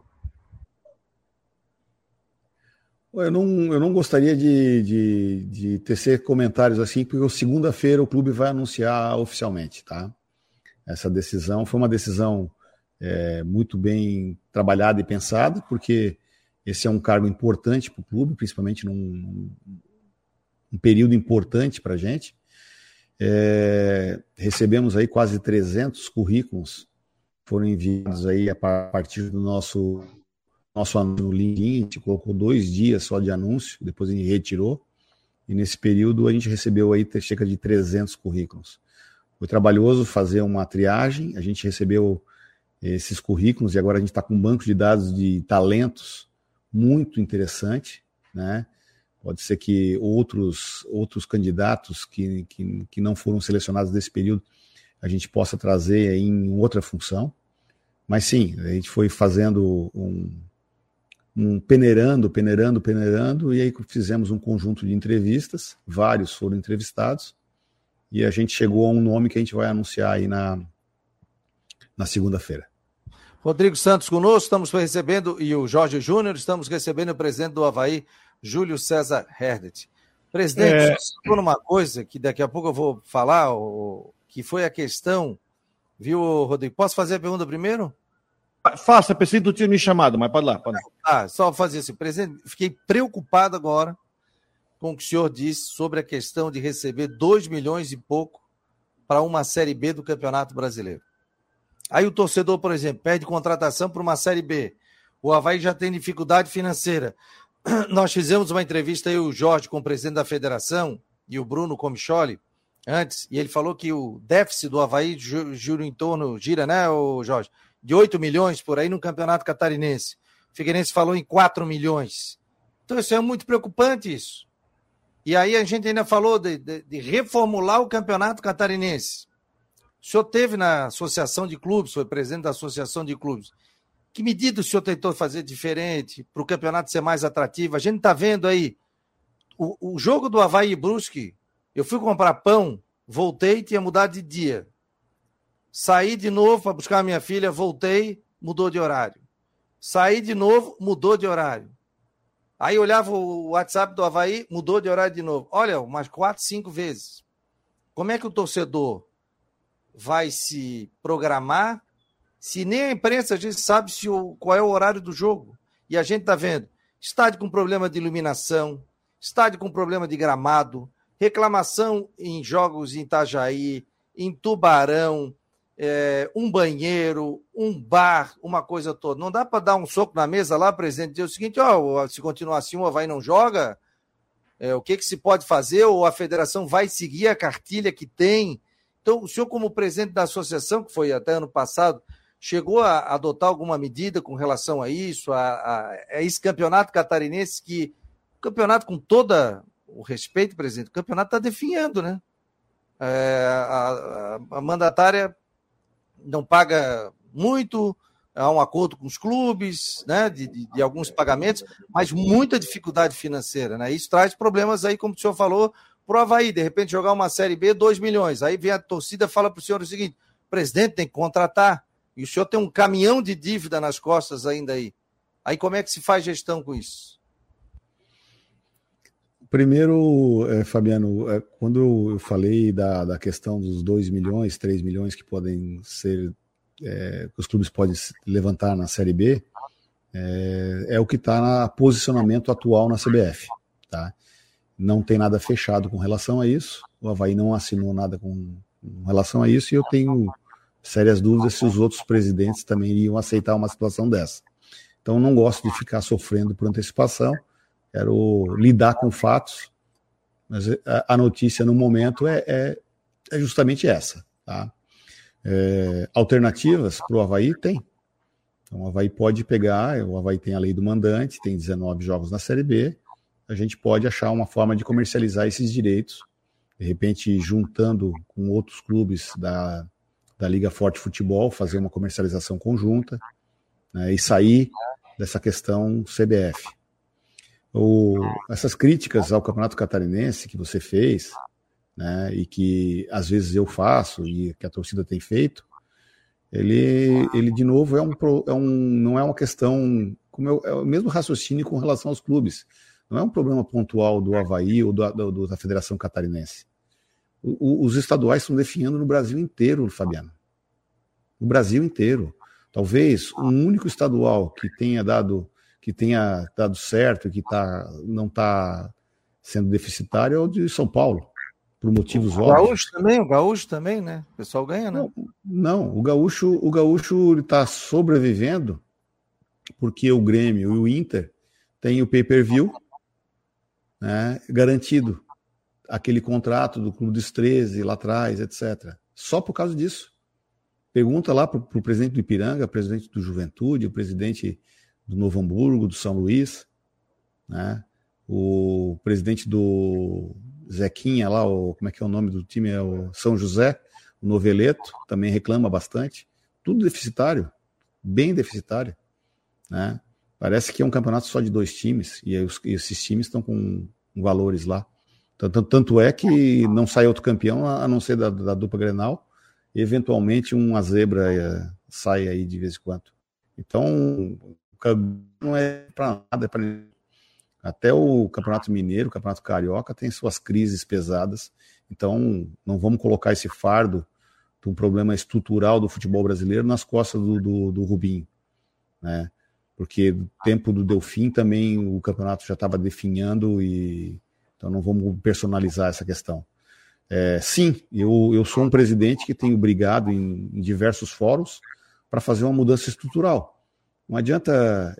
Eu não gostaria de tecer comentários assim, porque segunda-feira o clube vai anunciar oficialmente, tá? Essa decisão foi uma decisão muito bem trabalhada e pensada, porque esse é um cargo importante para o clube, principalmente num período importante para a gente. Recebemos aí quase 300 currículos, foram enviados aí a partir do nosso anúncio no LinkedIn. A gente colocou 2 dias só de anúncio, depois a gente retirou, e nesse período a gente recebeu aí cerca de 300 currículos. Foi trabalhoso fazer uma triagem, a gente recebeu esses currículos e agora a gente está com um banco de dados de talentos muito interessante, né? Pode ser que outros candidatos que não foram selecionados nesse período a gente possa trazer aí em outra função. Mas sim, a gente foi fazendo peneirando, e aí fizemos um conjunto de entrevistas, vários foram entrevistados, e a gente chegou a um nome que a gente vai anunciar aí na segunda-feira. Rodrigo Santos conosco, estamos recebendo, e o Jorge Júnior, estamos recebendo o presidente do Avaí, Júlio César Herdet. Presidente, estou numa coisa que daqui a pouco eu vou falar, que foi a questão, viu, Rodrigo? Posso fazer a pergunta primeiro? Faça, pensei que tu tinha me chamado, mas pode lá. Só fazer assim, presidente, fiquei preocupado agora com o que o senhor disse sobre a questão de receber 2 milhões e pouco para uma Série B do Campeonato Brasileiro. Aí o torcedor, por exemplo, pede contratação para uma Série B. O Avaí já tem dificuldade financeira. Nós fizemos uma entrevista, eu e o Jorge, com o presidente da federação, e o Bruno Comicholi, antes, e ele falou que o déficit do Avaí gira, né, Jorge? De 8 milhões por aí no Campeonato Catarinense. O Figueirense falou em 4 milhões. Então isso é muito preocupante, isso. E aí a gente ainda falou de reformular o Campeonato Catarinense. O senhor teve na Associação de Clubes, foi presidente da Associação de Clubes. Que medida o senhor tentou fazer diferente para o campeonato ser mais atrativo? A gente está vendo aí o jogo do Avaí e Brusque. Eu fui comprar pão, voltei, tinha mudado de dia. Saí de novo para buscar a minha filha, voltei, mudou de horário. Saí de novo, mudou de horário. Aí olhava o WhatsApp do Avaí, mudou de horário de novo. Olha, umas 4, 5 vezes. Como é que o torcedor vai se programar se nem a imprensa a gente sabe qual é o horário do jogo? E a gente está vendo estádio com problema de iluminação, estádio com problema de gramado, reclamação em jogos em Itajaí, em Tubarão, um banheiro, um bar, uma coisa toda. Não dá para dar um soco na mesa lá, presidente, dizer o seguinte, se continuar assim o Avaí não joga, o que se pode fazer, ou a federação vai seguir a cartilha que tem. Então, o senhor, como presidente da associação, que foi até ano passado, chegou a adotar alguma medida com relação a isso, a esse campeonato catarinense, que o campeonato, com todo o respeito, presidente, o campeonato está definhando, né? A mandatária não paga muito, há um acordo com os clubes, né, de alguns pagamentos, mas muita dificuldade financeira, né? Isso traz problemas aí, como o senhor falou, para o Avaí, de repente jogar uma Série B, 2 milhões, aí vem a torcida e fala para o senhor o seguinte, presidente, tem que contratar, e o senhor tem um caminhão de dívida nas costas ainda aí. Aí como é que se faz gestão com isso? Primeiro, Fabiano, quando eu falei da questão dos 2 milhões, 3 milhões que podem ser, que os clubes podem levantar na Série B, é o que está no posicionamento atual na CBF. Tá? Não tem nada fechado com relação a isso, o Avaí não assinou nada com relação a isso, e eu tenho sérias dúvidas se os outros presidentes também iriam aceitar uma situação dessa. Então, não gosto de ficar sofrendo por antecipação, quero lidar com fatos, mas a notícia no momento é justamente essa. Tá? Alternativas para o Avaí tem. Então, o Avaí pode pegar, o Avaí tem a lei do mandante, tem 19 jogos na Série B, a gente pode achar uma forma de comercializar esses direitos, de repente juntando com outros clubes da Liga Forte Futebol, fazer uma comercialização conjunta, né, e sair dessa questão CBF. Essas críticas ao Campeonato Catarinense que você fez, né, e que às vezes eu faço e que a torcida tem feito, ele de novo não é uma questão, é o mesmo raciocínio com relação aos clubes. Não é um problema pontual do Avaí ou da Federação Catarinense. Os estaduais estão definhando no Brasil inteiro, Fabiano. No Brasil inteiro. Talvez um único estadual que tenha dado certo e que não está sendo deficitário é o de São Paulo, por motivos óbvios. O Gaúcho também, né? O pessoal ganha, né? Não, o Gaúcho está sobrevivendo porque o Grêmio e o Inter têm o pay-per-view, né, garantido. Aquele contrato do Clube dos 13 lá atrás, etc. Só por causa disso. Pergunta lá para o presidente do Ipiranga, presidente do Juventude, o presidente do Novo Hamburgo, do São Luís, né? O presidente do Zequinha lá, como é que é o nome do time? É o São José, o Noveleto, também reclama bastante. Tudo deficitário, bem deficitário, né? Parece que é um campeonato só de 2 times, e esses times estão com valores lá. Tanto é que não sai outro campeão, a não ser da dupla Grenal, e eventualmente uma zebra sai aí de vez em quando. Então, não é para nada. Até o Campeonato Mineiro, o Campeonato Carioca, tem suas crises pesadas. Então, não vamos colocar esse fardo de um problema estrutural do futebol brasileiro nas costas do Rubinho, né? Porque no tempo do Delfim também o campeonato já estava definhando, e então não vamos personalizar essa questão. Sim, eu sou um presidente que tenho brigado em diversos fóruns para fazer uma mudança estrutural. Não adianta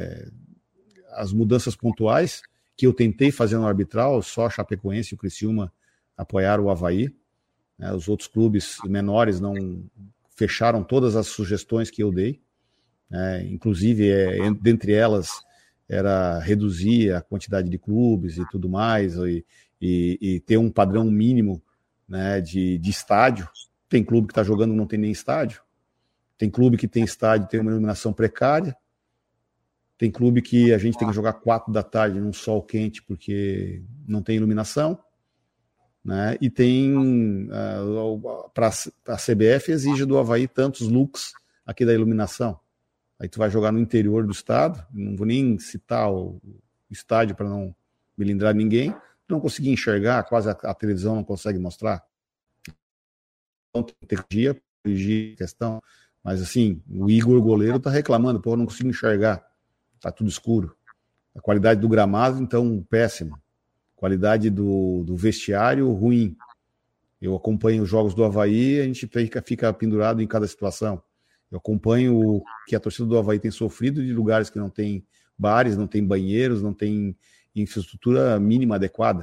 as mudanças pontuais que eu tentei fazer no arbitral, só a Chapecoense e o Criciúma apoiaram o Avaí. Né? Os outros clubes menores não fecharam todas as sugestões que eu dei. Inclusive, dentre elas, era reduzir a quantidade de clubes e tudo mais, e ter um padrão mínimo, né, de estádio. Tem clube que está jogando não tem nem estádio. Tem clube que tem estádio e tem uma iluminação precária. Tem clube que a gente tem que jogar 4 da tarde num sol quente porque não tem iluminação. Né? E tem, para a CBF, exige do Avaí tantos lux aqui da iluminação. Aí tu vai jogar no interior do estado, não vou nem citar o estádio para não melindrar ninguém, não consegui enxergar, quase a televisão não consegue mostrar. Então tem que corrigir a questão. Mas assim, o Igor goleiro está reclamando, pô, eu não consigo enxergar, está tudo escuro. A qualidade do gramado, então, péssima. Qualidade do vestiário, ruim. Eu acompanho os jogos do Avaí, a gente fica pendurado em cada situação. Eu acompanho o que a torcida do Avaí tem sofrido de lugares que não tem bares, não tem banheiros, não tem infraestrutura mínima adequada.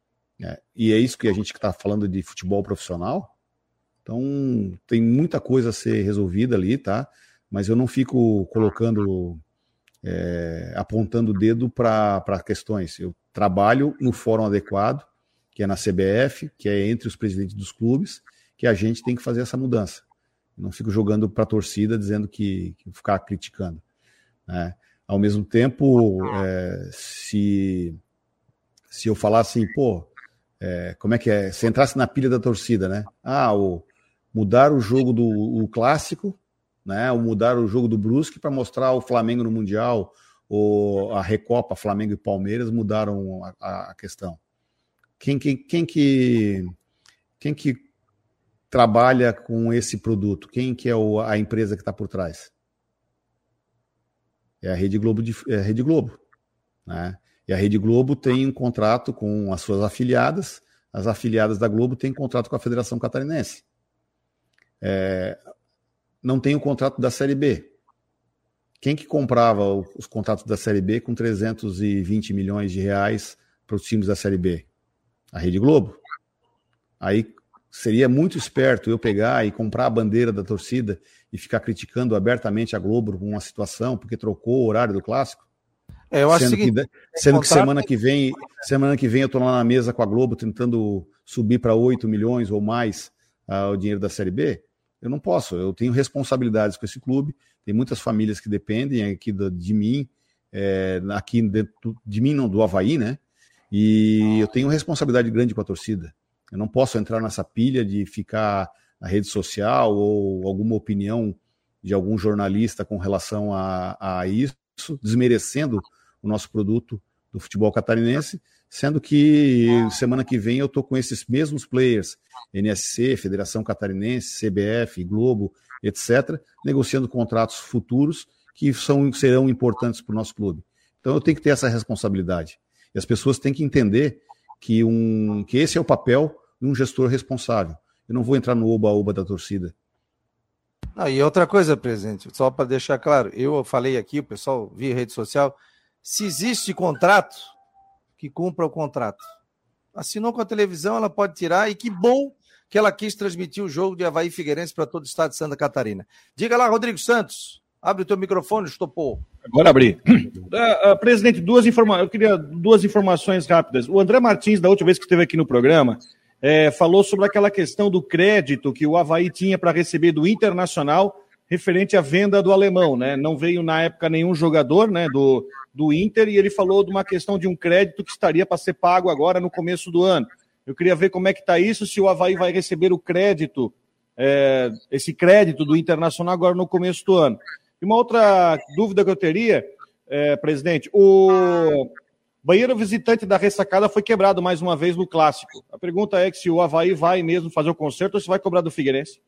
E é isso que a gente está falando de futebol profissional. Então, tem muita coisa a ser resolvida ali, tá? Mas eu não fico colocando, apontando o dedo para questões. Eu trabalho no fórum adequado, que é na CBF, que é entre os presidentes dos clubes, que a gente tem que fazer essa mudança. Não fico jogando para a torcida dizendo que ficar criticando. Né? Ao mesmo tempo, se eu falar assim, como é que é? Se entrasse na pilha da torcida, né? Mudar o jogo do clássico, né? Ou mudar o jogo do Brusque para mostrar o Flamengo no Mundial, ou a Recopa, Flamengo e Palmeiras mudaram a questão. Quem que trabalha com esse produto? Quem que é a empresa que está por trás? É a Rede Globo. Né? E a Rede Globo tem um contrato com as suas afiliadas, as afiliadas da Globo têm contrato com a Federação Catarinense. Não tem o contrato da Série B. Quem que comprava os contratos da Série B com 320 milhões de reais para os times da Série B? A Rede Globo. Aí seria muito esperto eu pegar e comprar a bandeira da torcida e ficar criticando abertamente a Globo com uma situação porque trocou o horário do clássico. Eu acho sendo que semana que vem eu estou lá na mesa com a Globo tentando subir para 8 milhões ou mais o dinheiro da Série B. Eu não posso, eu tenho responsabilidades com esse clube, tem muitas famílias que dependem aqui de mim, aqui dentro de mim, não, do Avaí, né? E eu tenho responsabilidade grande com a torcida. Eu não posso entrar nessa pilha de ficar na rede social ou alguma opinião de algum jornalista com relação a isso, desmerecendo o nosso produto do futebol catarinense, sendo que semana que vem eu estou com esses mesmos players, NSC, Federação Catarinense, CBF, Globo, etc., negociando contratos futuros que serão importantes para o nosso clube. Então eu tenho que ter essa responsabilidade. E as pessoas têm que entender que esse é o papel de um gestor responsável. Eu não vou entrar no oba-oba da torcida. E outra coisa, presidente, só para deixar claro, eu falei aqui, o pessoal via rede social, se existe contrato, que cumpra o contrato. Assinou com a televisão, ela pode tirar, e que bom que ela quis transmitir o jogo de Avaí Figueirense para todo o estado de Santa Catarina. Diga lá, Rodrigo Santos, abre o teu microfone, estopou. Agora abri. Presidente, eu queria 2 informações rápidas. O André Martins, da última vez que esteve aqui no programa, falou sobre aquela questão do crédito que o Avaí tinha para receber do Internacional referente à venda do alemão, né? Não veio na época nenhum jogador, né, do Inter, e ele falou de uma questão de um crédito que estaria para ser pago agora no começo do ano. Eu queria ver como é que está isso, se o Avaí vai receber o crédito, esse crédito do Internacional agora no começo do ano. E uma outra dúvida que eu teria, presidente, o banheiro visitante da Ressacada foi quebrado mais uma vez no Clássico. A pergunta é se o Avaí vai mesmo fazer o conserto ou se vai cobrar do Figueirense.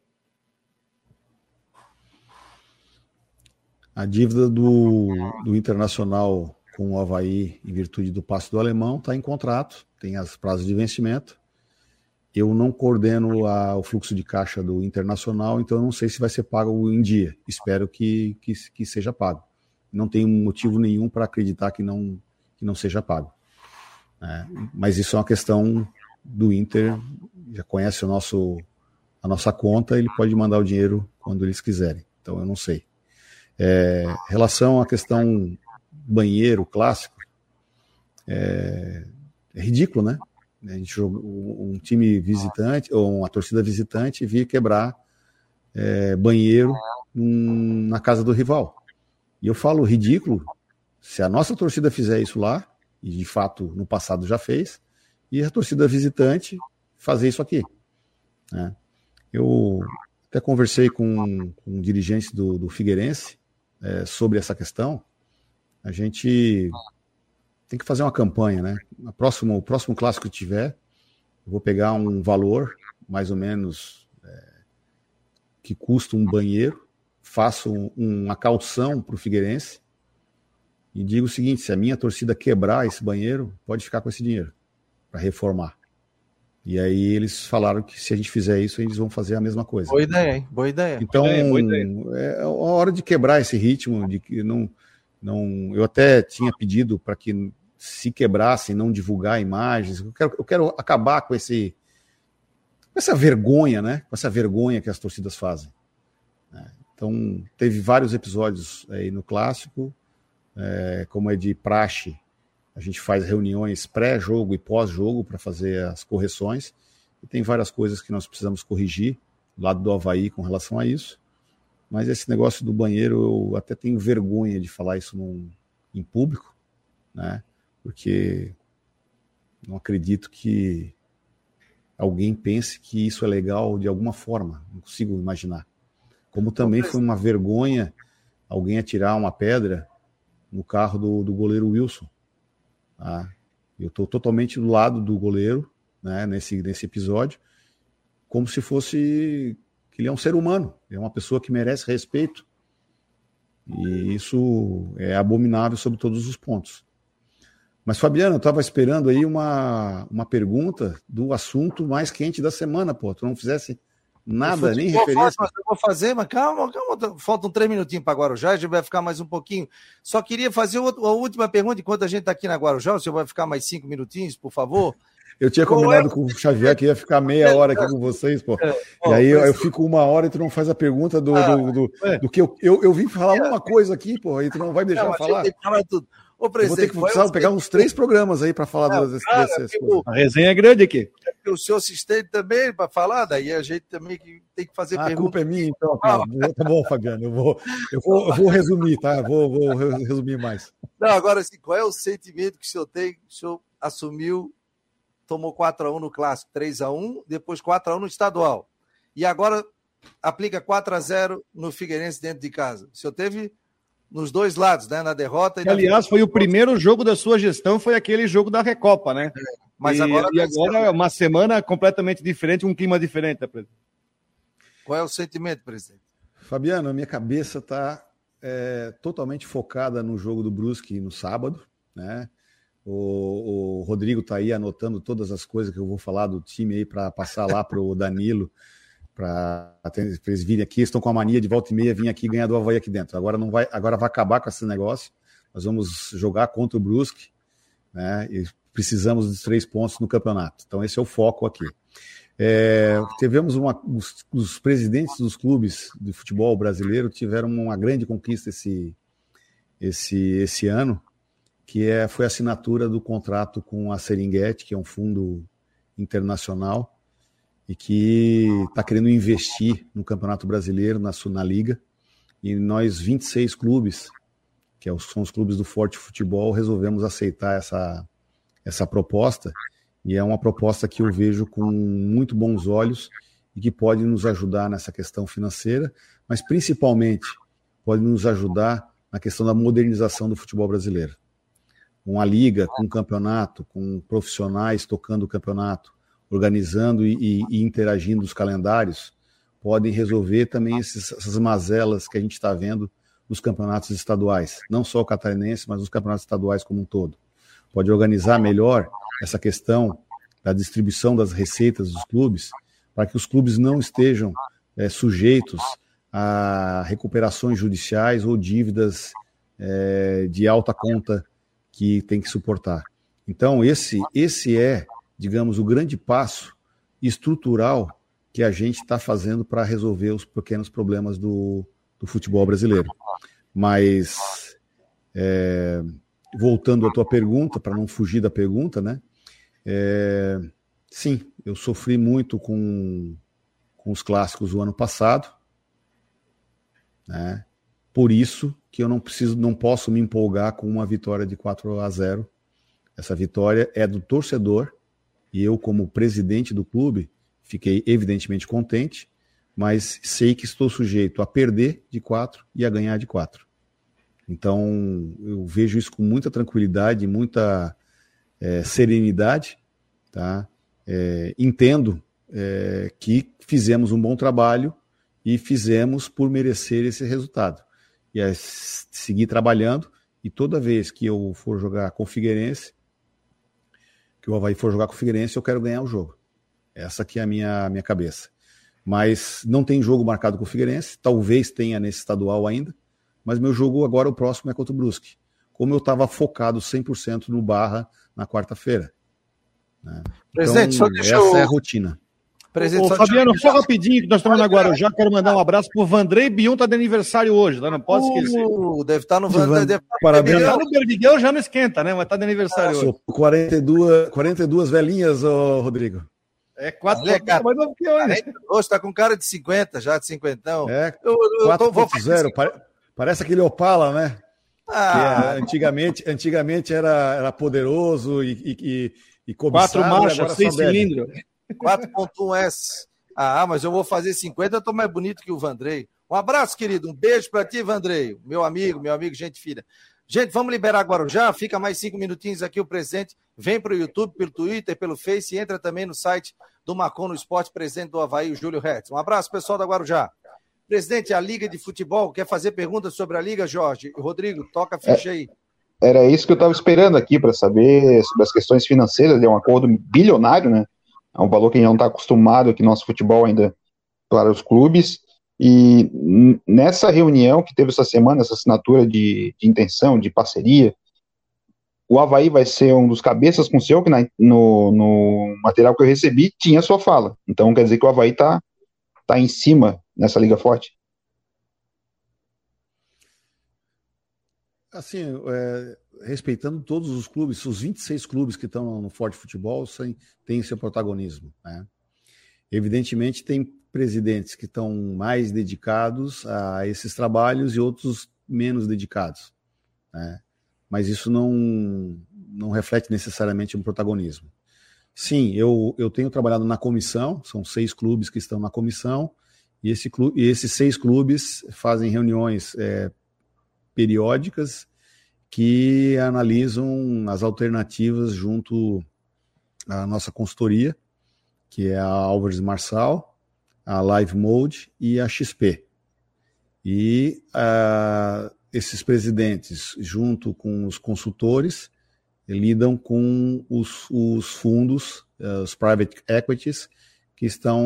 A dívida do Internacional com o Avaí, em virtude do passe do alemão, está em contrato, tem as prazos de vencimento. Eu não coordeno o fluxo de caixa do Internacional, então eu não sei se vai ser pago em dia. Espero que seja pago. não tem motivo nenhum para acreditar que não seja pago. Mas isso é uma questão do Inter, já conhece a nossa conta, ele pode mandar o dinheiro quando eles quiserem, então eu não sei. Em relação à questão banheiro clássico, é ridículo, né? A gente jogou um time visitante, ou uma torcida visitante, vir quebrar banheiro na casa do rival. E eu falo ridículo se a nossa torcida fizer isso lá, e de fato no passado já fez, e a torcida visitante fazer isso aqui. Né? Eu até conversei com dirigentes do Figueirense sobre essa questão. A gente tem que fazer uma campanha, né? O próximo clássico que tiver, eu vou pegar um valor, mais ou menos, que custa um banheiro, faço uma caução para o Figueirense e digo o seguinte: se a minha torcida quebrar esse banheiro, pode ficar com esse dinheiro para reformar. E aí eles falaram que se a gente fizer isso, eles vão fazer a mesma coisa. Boa ideia, hein? Boa ideia. Então, é a hora de quebrar esse ritmo, de que eu até tinha pedido para que se quebrassem, não divulgar imagens. Eu quero acabar com essa vergonha, né? Com essa vergonha que as torcidas fazem. Então, teve vários episódios aí no Clássico, como é de praxe, a gente faz reuniões pré-jogo e pós-jogo para fazer as correções, e tem várias coisas que nós precisamos corrigir do lado do Avaí com relação a isso, mas esse negócio do banheiro, eu até tenho vergonha de falar isso em público, né? Porque não acredito que alguém pense que isso é legal de alguma forma, não consigo imaginar. Como também foi uma vergonha alguém atirar uma pedra no carro do goleiro Wilson. Eu estou totalmente do lado do goleiro, né, nesse episódio, como se fosse que ele é um ser humano, é uma pessoa que merece respeito. E isso é abominável sobre todos os pontos. Mas, Fabiano, eu estava esperando aí uma pergunta do assunto mais quente da semana, pô. Tu não fizesse nada, nem referência. Eu vou fazer, mas calma, faltam 3 minutinhos para Guarujá, a gente vai ficar mais um pouquinho. Só queria fazer a última pergunta, enquanto a gente está aqui na Guarujá, o senhor vai ficar mais 5 minutinhos, por favor? Eu tinha combinado com o Xavier que ia ficar meia hora aqui com vocês, pô. E aí eu fico 1 hora e tu não faz a pergunta do que eu vim falar uma coisa aqui, pô, e tu não vai deixar eu falar. Tem que falar tudo. Ô, eu vou ter que pegar uns 3 programas aí para falar dessas coisas. A resenha é grande aqui. O senhor se estende também para falar, daí a gente também tem que fazer pergunta. A culpa é minha, então. Cara. Tá bom, Fabiano, eu vou resumir, tá? Vou resumir mais. Não, agora, assim, qual é o sentimento que o senhor tem? O senhor assumiu, tomou 4-1 no Clássico, 3-1, depois 4-1 no Estadual. E agora aplica 4-0 no Figueirense dentro de casa. O senhor teve nos dois lados, né? Na derrota. Aliás, foi o primeiro jogo da sua gestão, foi aquele jogo da Recopa, né? Mas agora é uma semana completamente diferente, um clima diferente, né, presidente? Qual é o sentimento, presidente? Fabiano, a minha cabeça está totalmente focada no jogo do Brusque no sábado, né? O Rodrigo está aí anotando todas as coisas que eu vou falar do time aí para passar lá para o Danilo, para eles virem aqui. Estão com a mania de volta e meia vir aqui e ganhar do Avaí aqui dentro. Agora vai acabar com esse negócio. Nós vamos jogar contra o Brusque, né? E precisamos dos 3 pontos no campeonato. Então esse é o foco aqui. Tivemos os presidentes dos clubes de futebol brasileiro tiveram uma grande conquista esse ano, que foi a assinatura do contrato com a Serengeti, que é um fundo internacional e que está querendo investir no Campeonato Brasileiro, na Liga. E nós, 26 clubes, que são os clubes do Forte Futebol, resolvemos aceitar essa proposta. E é uma proposta que eu vejo com muito bons olhos e que pode nos ajudar nessa questão financeira, mas principalmente pode nos ajudar na questão da modernização do futebol brasileiro. Com a liga, com o campeonato, com profissionais tocando o campeonato, organizando e interagindo os calendários, podem resolver também essas mazelas que a gente está vendo nos campeonatos estaduais, não só o catarinense, mas nos campeonatos estaduais como um todo. Pode organizar melhor essa questão da distribuição das receitas dos clubes, para que os clubes não estejam sujeitos a recuperações judiciais ou dívidas de alta conta que tem que suportar. Então, esse é, digamos, o grande passo estrutural que a gente está fazendo para resolver os pequenos problemas do futebol brasileiro. Mas, voltando à tua pergunta, para não fugir da pergunta, né? Sim, eu sofri muito com os clássicos do ano passado, né? Por isso que eu não posso me empolgar com uma vitória de 4-0. Essa vitória é do torcedor e eu, como presidente do clube, fiquei evidentemente contente, mas sei que estou sujeito a perder de 4 e a ganhar de 4. Então, eu vejo isso com muita tranquilidade, muita serenidade, tá? Entendo que fizemos um bom trabalho e fizemos por merecer esse resultado. E é seguir trabalhando, e toda vez que eu for jogar com o Figueirense, que o Avaí for jogar com o Figueirense, eu quero ganhar o jogo. Essa aqui é a minha cabeça. Mas não tem jogo marcado com o Figueirense, talvez tenha nesse estadual ainda, mas meu jogo agora, o próximo, é contra o Brusque. Como eu estava focado 100% no Barra na quarta-feira. Né? Presidente, então, essa é a rotina. Fabiano, só rapidinho, que nós estamos na Guarujá, quero mandar um abraço pro Vandrei Bion, tá de aniversário hoje, tá? Não pode esquecer. Deve estar no Vandrei. Parabéns. Tá no Bermiguel, já não esquenta, né? Mas tá de aniversário hoje. 42 velhinhas, Rodrigo. 4 mais novo que eu, né? Hoje tá com cara de 50, já de 50. 4.0, parece aquele Opala, né? Que antigamente era poderoso e cobiçado. 4 marchas, 6 cilindros. 4.1S. Mas eu vou fazer 50, eu tô mais bonito que o Vandrei. Um abraço, querido. Um beijo para ti, Vandrei. Meu amigo, gente fina. Gente, vamos liberar Guarujá. Fica mais 5 minutinhos aqui o presidente. Vem para o YouTube, pelo Twitter, pelo Face e entra também no site do Marcon no Esporte, presidente do Avaí, o Júlio Hertz. Um abraço, pessoal da Guarujá. Presidente, a Liga de Futebol, quer fazer perguntas sobre a Liga, Jorge? Rodrigo, toca a ficha aí. Era isso que eu estava esperando aqui para saber sobre as questões financeiras. É um acordo bilionário, né? É um valor que a gente não está acostumado aqui no nosso futebol ainda para os clubes. E nessa reunião que teve essa semana, essa assinatura de intenção, de parceria, o Avaí vai ser um dos cabeças com o seu, que no material que eu recebi tinha sua fala. Então quer dizer que o Avaí está em cima nessa Liga Forte? Assim, respeitando todos os clubes, os 26 clubes que estão no Forte Futebol têm seu protagonismo, né? Evidentemente, tem presidentes que estão mais dedicados a esses trabalhos e outros menos dedicados, né? Mas isso não reflete necessariamente um protagonismo. Sim, eu tenho trabalhado na comissão, são 6 clubes que estão na comissão, e esses 6 clubes fazem reuniões periódicas que analisam as alternativas junto à nossa consultoria, que é a Álvares Marçal, a Live Mode e a XP. E esses presidentes, junto com os consultores, lidam com os fundos, os private equities, que estão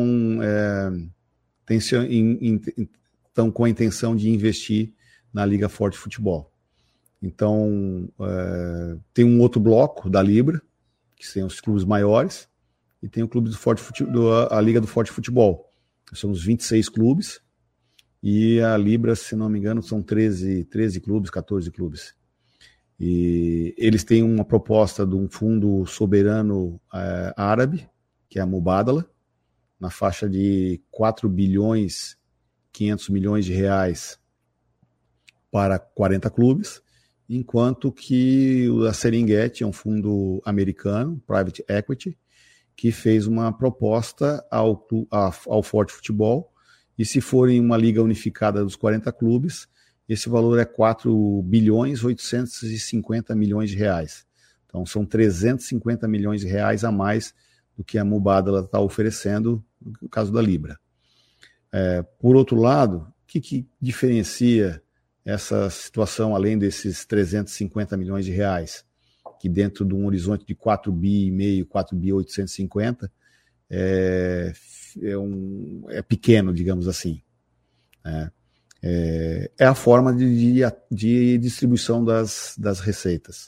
com a intenção de investir na Liga Forte Futebol. Então, tem um outro bloco da Libra, que são os clubes maiores, e tem o clube a Liga do Forte Futebol. Somos 26 clubes, e a Libra, se não me engano, são 13 clubes, 14 clubes. E eles têm uma proposta de um fundo soberano árabe, que é a Mubadala, na faixa de 4 bilhões 500 milhões de reais para 40 clubes, enquanto que a Serengeti é um fundo americano, private equity, que fez uma proposta ao Forte Futebol, e se forem uma liga unificada dos 40 clubes, esse valor é 4 bilhões 850 milhões de reais. Então são 350 milhões de reais a mais do que a Mubadala está oferecendo no caso da Libra. Por outro lado, o que diferencia essa situação, além desses 350 milhões de reais, que dentro de um horizonte de 4 bi e meio, 4 bi 850, é pequeno, digamos assim. é a forma de distribuição das receitas.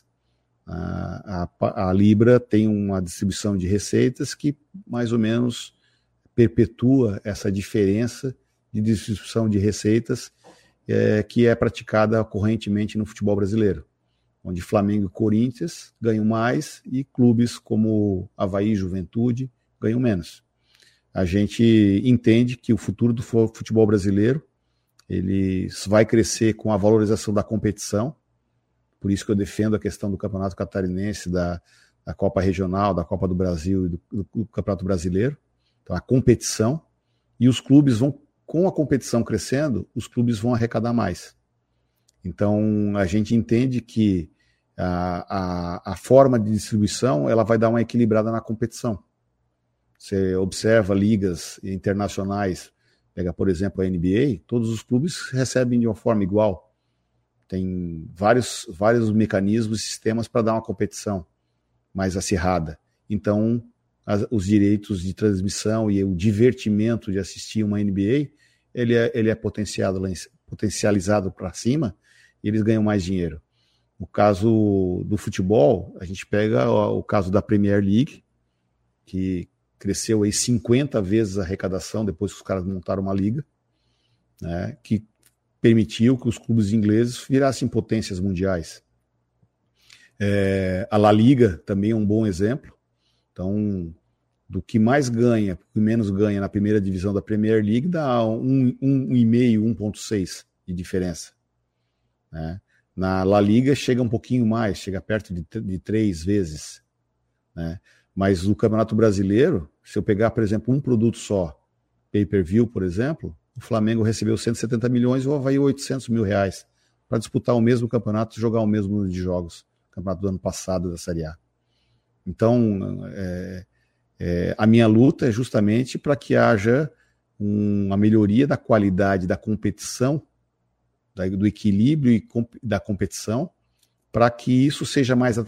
A Libra tem uma distribuição de receitas que mais ou menos perpetua essa diferença de distribuição de receitas que é praticada correntemente no futebol brasileiro, onde Flamengo e Corinthians ganham mais e clubes como Avaí e Juventude ganham menos. A gente entende que o futuro do futebol brasileiro ele vai crescer com a valorização da competição, por isso que eu defendo a questão do Campeonato Catarinense, da Copa Regional, da Copa do Brasil e do Campeonato Brasileiro. Então, a competição, e os clubes vão, com a competição crescendo, os clubes vão arrecadar mais. Então, a gente entende que a forma de distribuição ela vai dar uma equilibrada na competição. Você observa ligas internacionais, pega, por exemplo, a NBA, todos os clubes recebem de uma forma igual. Tem vários mecanismos e sistemas para dar uma competição mais acirrada. Então, os direitos de transmissão e o divertimento de assistir uma NBA, ele é potencializado para cima e eles ganham mais dinheiro. No caso do futebol, a gente pega o caso da Premier League, que cresceu aí 50 vezes a arrecadação depois que os caras montaram uma liga, né, que permitiu que os clubes ingleses virassem potências mundiais. A La Liga também é um bom exemplo. Então, do que mais ganha, do que menos ganha na primeira divisão da Premier League, dá 1,5, 1,6 de diferença. Né? Na La Liga chega um pouquinho mais, chega perto de 3 vezes. Né? Mas no Campeonato Brasileiro, se eu pegar, por exemplo, um produto só, pay-per-view, por exemplo, o Flamengo recebeu 170 milhões e o Avaí 800 mil reais para disputar o mesmo campeonato e jogar o mesmo número de jogos. Campeonato do ano passado da Série A. Então, a minha luta é justamente para que haja uma melhoria da qualidade da competição, do equilíbrio e da competição, para que isso seja mais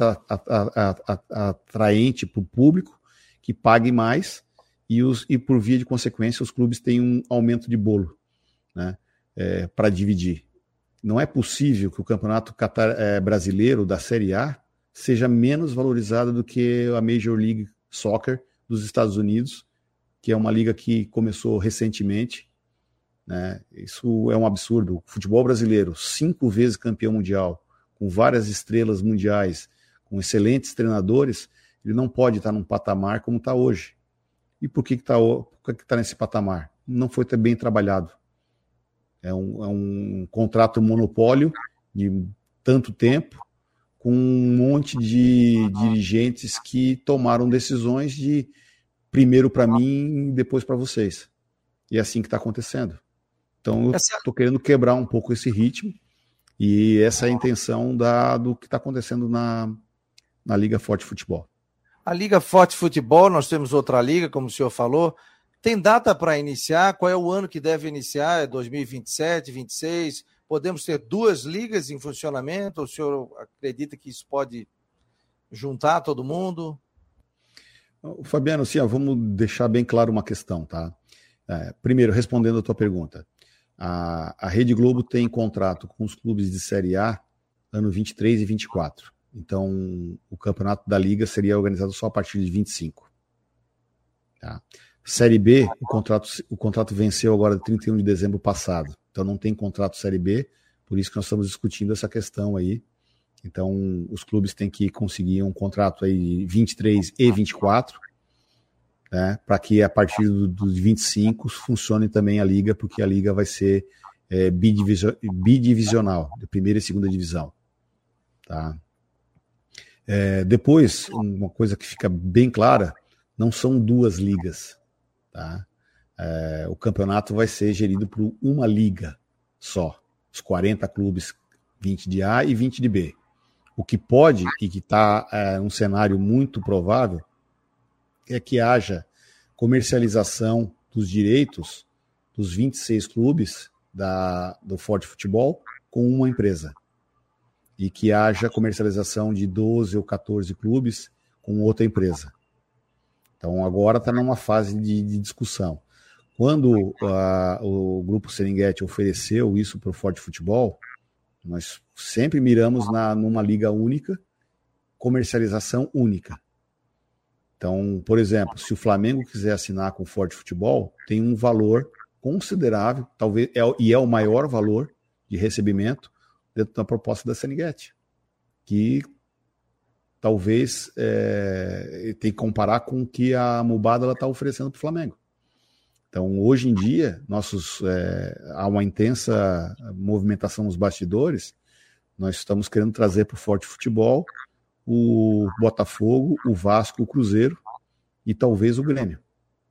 atraente para o público, que pague mais e por via de consequência os clubes têm um aumento de bolo, né, para dividir. Não é possível que o campeonato brasileiro da Série A seja menos valorizado do que a Major League Soccer dos Estados Unidos, que é uma liga que começou recentemente. Né? Isso é um absurdo. O futebol brasileiro, 5 vezes campeão mundial, com várias estrelas mundiais, com excelentes treinadores, ele não pode estar num patamar como está hoje. E por que está nesse patamar? Não foi bem trabalhado. É um contrato monopólio de tanto tempo, com um monte de dirigentes que tomaram decisões de primeiro para mim e depois para vocês. E é assim que está acontecendo. Então eu estou querendo quebrar um pouco esse ritmo e essa é a intenção do que está acontecendo na Liga Forte Futebol. A Liga Forte Futebol, nós temos outra liga, como o senhor falou. Tem data para iniciar? Qual é o ano que deve iniciar? É 2027, 2026? Podemos ter 2 ligas em funcionamento? O senhor acredita que isso pode juntar todo mundo? Fabiano, sim, vamos deixar bem claro uma questão, tá? Primeiro, respondendo a tua pergunta. A Rede Globo tem contrato com os clubes de Série A ano 23 e 24. Então, o campeonato da Liga seria organizado só a partir de 25. Tá? Série B, o contrato venceu agora de 31 de dezembro passado. Então não tem contrato Série B, por isso que nós estamos discutindo essa questão aí. Então os clubes têm que conseguir um contrato aí de 23 e 24, né, para que a partir dos 25 funcione também a Liga, porque a Liga vai ser bidivisional, de primeira e segunda divisão. Tá? Depois, uma coisa que fica bem clara, não são 2 ligas. Tá? O campeonato vai ser gerido por uma liga só, os 40 clubes, 20 de A e 20 de B. O que pode, e que está um cenário muito provável, é que haja comercialização dos direitos dos 26 clubes do Forte Futebol com uma empresa. E que haja comercialização de 12 ou 14 clubes com outra empresa. Então agora está numa fase de discussão. Quando o Grupo Serengeti ofereceu isso para o Forte Futebol, nós sempre miramos numa liga única, comercialização única. Então, por exemplo, se o Flamengo quiser assinar com o Forte Futebol, tem um valor considerável, talvez, e é o maior valor de recebimento dentro da proposta da Serengeti, que talvez tem que comparar com o que a Mubadala está oferecendo para o Flamengo. Então, hoje em dia, há uma intensa movimentação nos bastidores. Nós estamos querendo trazer para o Forte Futebol o Botafogo, o Vasco, o Cruzeiro e talvez o Grêmio.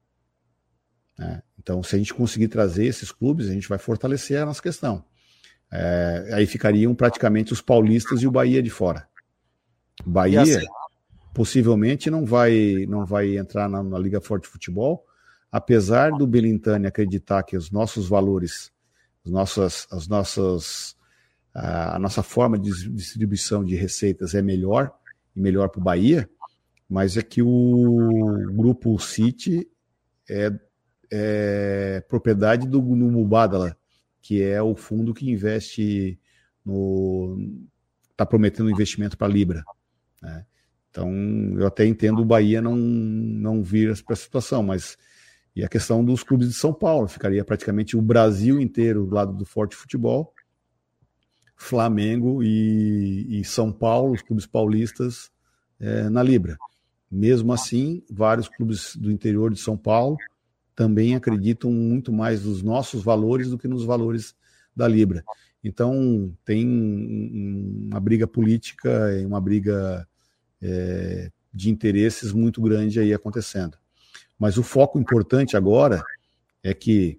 Então, se a gente conseguir trazer esses clubes, a gente vai fortalecer a nossa questão. Aí ficariam praticamente os paulistas e o Bahia de fora. Bahia possivelmente não vai entrar na Liga Forte Futebol, apesar do Belintani acreditar que os nossos valores, a nossa forma de distribuição de receitas é melhor para o Bahia, mas é que o Grupo City é propriedade do Mubadala, que é o fundo que investe está prometendo investimento para a Libra. Né? Então, eu até entendo o Bahia não vir para a situação, mas e a questão dos clubes de São Paulo, ficaria praticamente o Brasil inteiro do lado do Forte Futebol, Flamengo e São Paulo, os clubes paulistas na Libra. Mesmo assim, vários clubes do interior de São Paulo também acreditam muito mais nos nossos valores do que nos valores da Libra. Então, tem uma briga política e uma briga de interesses muito grande aí acontecendo. Mas o foco importante agora é que,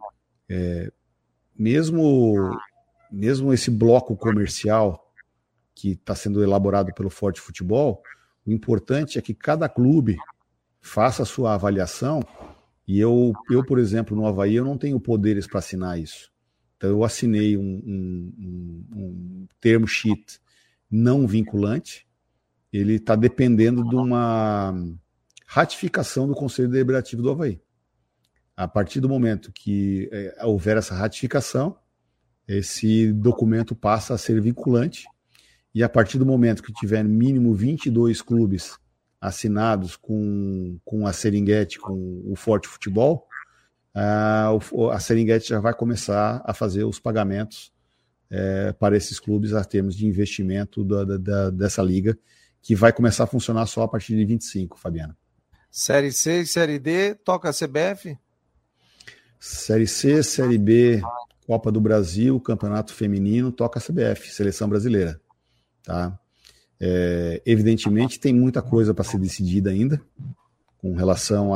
mesmo esse bloco comercial que está sendo elaborado pelo Forte Futebol, o importante é que cada clube faça a sua avaliação. E eu, por exemplo, no Avaí, eu não tenho poderes para assinar isso. Então, eu assinei um termo sheet não vinculante. Ele está dependendo de uma ratificação do Conselho Deliberativo do Avaí. A partir do momento que houver essa ratificação, esse documento passa a ser vinculante, e a partir do momento que tiver mínimo 22 clubes assinados com a Serengeti, com o Forte Futebol, a Serengeti já vai começar a fazer os pagamentos para esses clubes a termos de investimento dessa liga, que vai começar a funcionar só a partir de 25, Fabiano. Série C e Série D, toca a CBF? Série C, Série B, Copa do Brasil, Campeonato Feminino, toca a CBF, Seleção Brasileira. Tá? Evidentemente, tem muita coisa para ser decidida ainda, com relação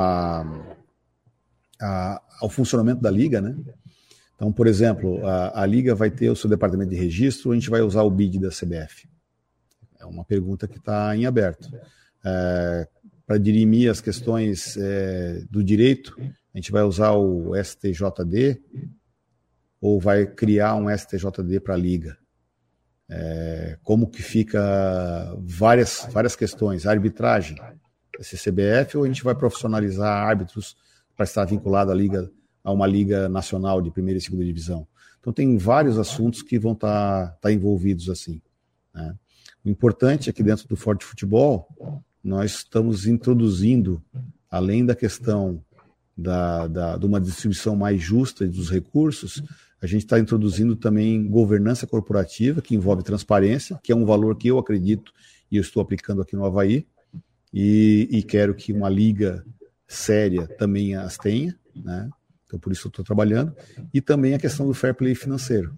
ao funcionamento da Liga, né? Então, por exemplo, a Liga vai ter o seu departamento de registro, ou a gente vai usar o BID da CBF? É uma pergunta que está em aberto. Para dirimir as questões do direito, a gente vai usar o STJD ou vai criar um STJD para a Liga? Como que fica várias questões? A arbitragem, CBF, ou a gente vai profissionalizar árbitros para estar vinculado a uma liga nacional de primeira e segunda divisão? Então tem vários assuntos que vão estar envolvidos assim, né? O importante é que dentro do Forte Futebol nós estamos introduzindo, além da questão de uma distribuição mais justa dos recursos, a gente está introduzindo também governança corporativa, que envolve transparência, que é um valor que eu acredito e eu estou aplicando aqui no Avaí, e quero que uma liga séria também as tenha, né? Então por isso eu estou trabalhando, e também a questão do fair play financeiro,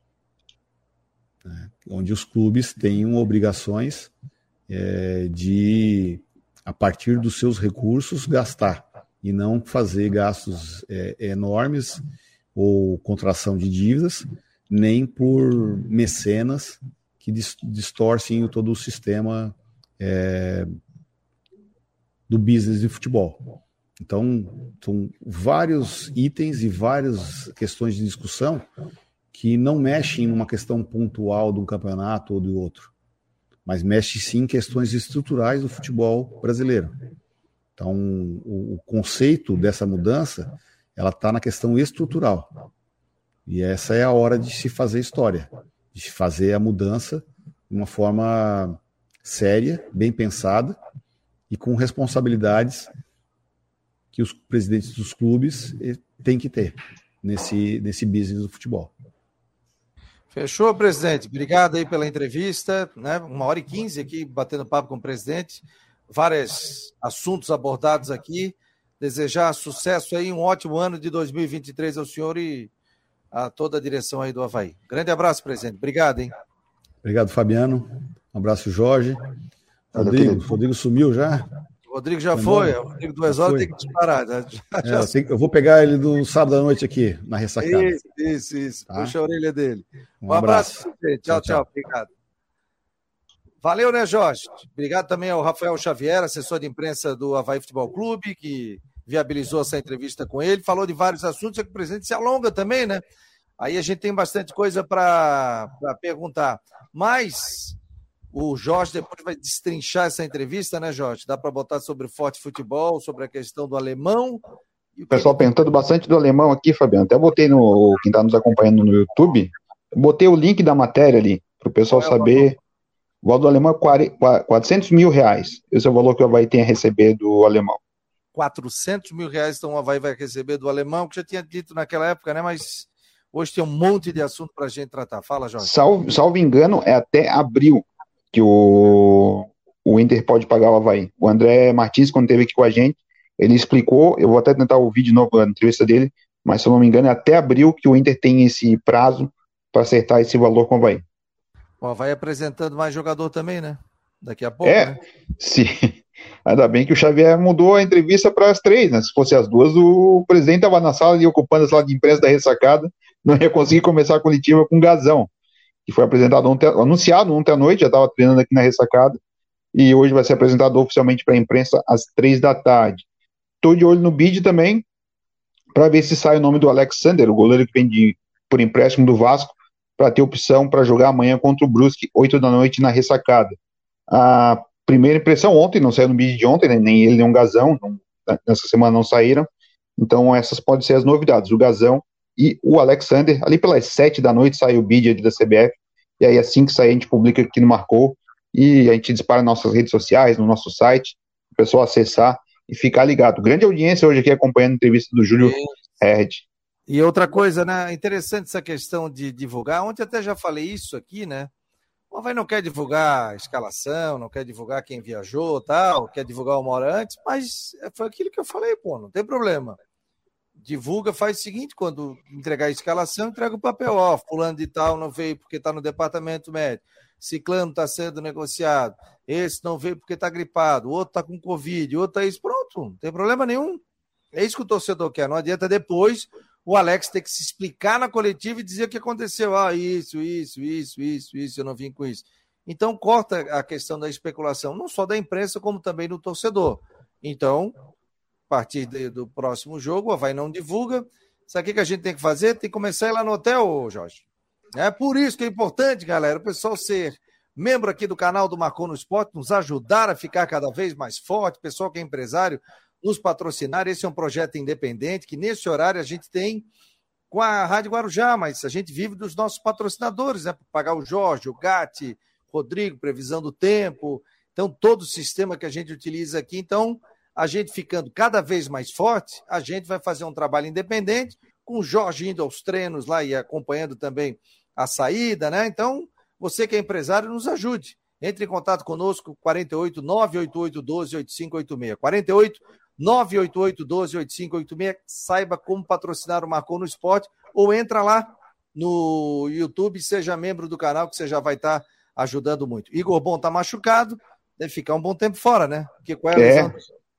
né? Onde os clubes tenham obrigações de, a partir dos seus recursos, gastar, e não fazer gastos enormes ou contração de dívidas, nem por mecenas que distorcem todo o sistema do business de futebol. Então, são vários itens e várias questões de discussão que não mexem numa questão pontual de um campeonato ou do outro, mas mexe sim em questões estruturais do futebol brasileiro. Então, o conceito dessa mudança ela está na questão estrutural. E essa é a hora de se fazer história, de fazer a mudança de uma forma séria, bem pensada e com responsabilidades que os presidentes dos clubes têm que ter nesse business do futebol. Fechou, presidente. Obrigado aí pela entrevista, né? 1h15 aqui, batendo papo com o presidente. Vários assuntos abordados aqui. Desejar sucesso aí, um ótimo ano de 2023 ao senhor e a toda a direção aí do Avaí. Grande abraço, presidente. Obrigado, hein? Obrigado, Fabiano. Um abraço, Jorge. Rodrigo sumiu já? O Rodrigo já foi. O Rodrigo 2 horas tem que disparar. Eu vou pegar ele no sábado à noite aqui, na ressacada. Isso. Tá? Puxa a orelha dele. Um abraço. Tchau. Obrigado. Valeu, né, Jorge? Obrigado também ao Rafael Xavier, assessor de imprensa do Avaí Futebol Clube, que viabilizou essa entrevista com ele. Falou de vários assuntos, é que o presidente se alonga também, né? Aí a gente tem bastante coisa para perguntar. Mas o Jorge depois vai destrinchar essa entrevista, né, Jorge? Dá para botar sobre o Forte Futebol, sobre a questão do alemão. O pessoal perguntando bastante do alemão aqui, Fabiano. Até botei no quem está nos acompanhando no YouTube, botei o link da matéria ali, para o pessoal saber. O valor do alemão é 400 mil reais. Esse é o valor que o Avaí tem a receber do alemão. 400 mil reais, então o Avaí vai receber do alemão, que já tinha dito naquela época, né? Mas hoje tem um monte de assunto para a gente tratar. Fala, Jorge. Salvo engano, é até abril que o Inter pode pagar o Avaí. O André Martins, quando esteve aqui com a gente, ele explicou, eu vou até tentar ouvir de novo a entrevista dele, mas se eu não me engano é até abril que o Inter tem esse prazo para acertar esse valor com o Avaí. O Avaí apresentando mais jogador também, né? Daqui a pouco, né? Sim. Ainda bem que o Xavier mudou a entrevista para as 3, né? Se fosse as 2, o presidente estava na sala e ocupando a sala de imprensa da ressacada, não ia conseguir começar a coletiva com o Gazão, que foi anunciado ontem à noite, já estava treinando aqui na ressacada, e hoje vai ser apresentado oficialmente para a imprensa às 3 da tarde. Estou de olho no bid também, para ver se sai o nome do Alexander, o goleiro que vem por empréstimo do Vasco, para ter opção para jogar amanhã contra o Brusque, 8 da noite na ressacada. A primeira impressão ontem, não saiu no vídeo de ontem, né? Nem ele nem um Gazão, nessa semana não saíram, então essas podem ser as novidades, o Gazão e o Alexander. Ali pelas 7 da noite sai o bid da CBF, e aí assim que sair a gente publica aqui no Marcou, e a gente dispara nas nossas redes sociais, no nosso site, o pessoal acessar e ficar ligado. Grande audiência hoje aqui acompanhando a entrevista do Júlio Herd. E outra coisa, né? Interessante essa questão de divulgar. Ontem até já falei isso aqui, né? O Avaí não quer divulgar a escalação, não quer divulgar quem viajou, tal, quer divulgar uma hora antes, mas foi aquilo que eu falei, pô, não tem problema. Divulga, faz o seguinte, quando entregar a escalação, entrega o papel, ó, fulano de tal não veio porque está no departamento médico, ciclano está sendo negociado, esse não veio porque está gripado, o outro está com Covid, o outro está isso, pronto, não tem problema nenhum. É isso que o torcedor quer, não adianta depois o Alex ter que se explicar na coletiva e dizer o que aconteceu. Ah, isso, eu não vim com isso. Então, corta a questão da especulação, não só da imprensa, como também do torcedor. Então, a partir do próximo jogo, o Avaí não divulga. Sabe o que a gente tem que fazer? Tem que começar a ir lá no hotel, Jorge. É por isso que é importante, galera, o pessoal ser membro aqui do canal do Marcou no Esporte, nos ajudar a ficar cada vez mais forte, pessoal que é empresário, nos patrocinar. Esse é um projeto independente que nesse horário a gente tem com a Rádio Guarujá, mas a gente vive dos nossos patrocinadores, né? Para pagar o Jorge, o Gatti, Rodrigo, previsão do tempo, então todo o sistema que a gente utiliza aqui. Então, a gente ficando cada vez mais forte, a gente vai fazer um trabalho independente, com o Jorge indo aos treinos lá e acompanhando também a saída, né? Então, você que é empresário, nos ajude. Entre em contato conosco, 48 988 12 8586. 48 988 12 8586. Saiba como patrocinar o Marcou no Esporte, ou entra lá no YouTube, seja membro do canal, que você já vai estar ajudando muito. Igor Bom está machucado, deve ficar um bom tempo fora, né? Porque qual é a lesão?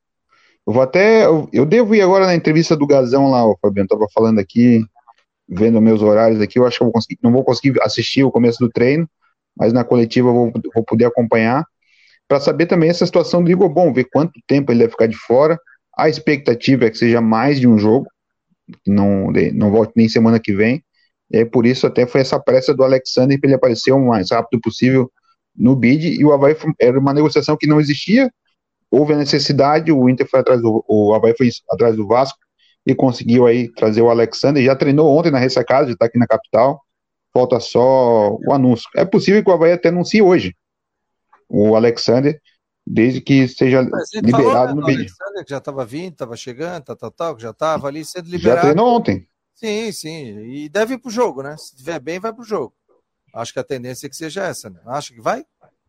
Eu devo ir agora na entrevista do Gazão lá, o Fabiano estava falando aqui, vendo meus horários aqui, eu acho que não vou conseguir assistir o começo do treino, mas na coletiva eu vou poder acompanhar, para saber também essa situação do Igor Bom, ver quanto tempo ele deve ficar de fora. A expectativa é que seja mais de um jogo, não volte nem semana que vem, e aí por isso até foi essa pressa do Alexander para ele aparecer o mais rápido possível no bid, e o Avaí era uma negociação que não existia, houve a necessidade, o Avaí foi atrás do Vasco, e conseguiu aí trazer o Alexander. Já treinou ontem na ressacada, já está aqui na capital. Falta só o anúncio. É possível que o Avaí até anuncie hoje o Alexander, desde que seja liberado no vídeo. O Alexander que já estava vindo, estava chegando, que já estava ali sendo Já liberado. treinou ontem. Sim. E deve ir pro jogo, né? Se estiver bem, vai pro jogo. Acho que a tendência é que seja essa, né? Acha que vai?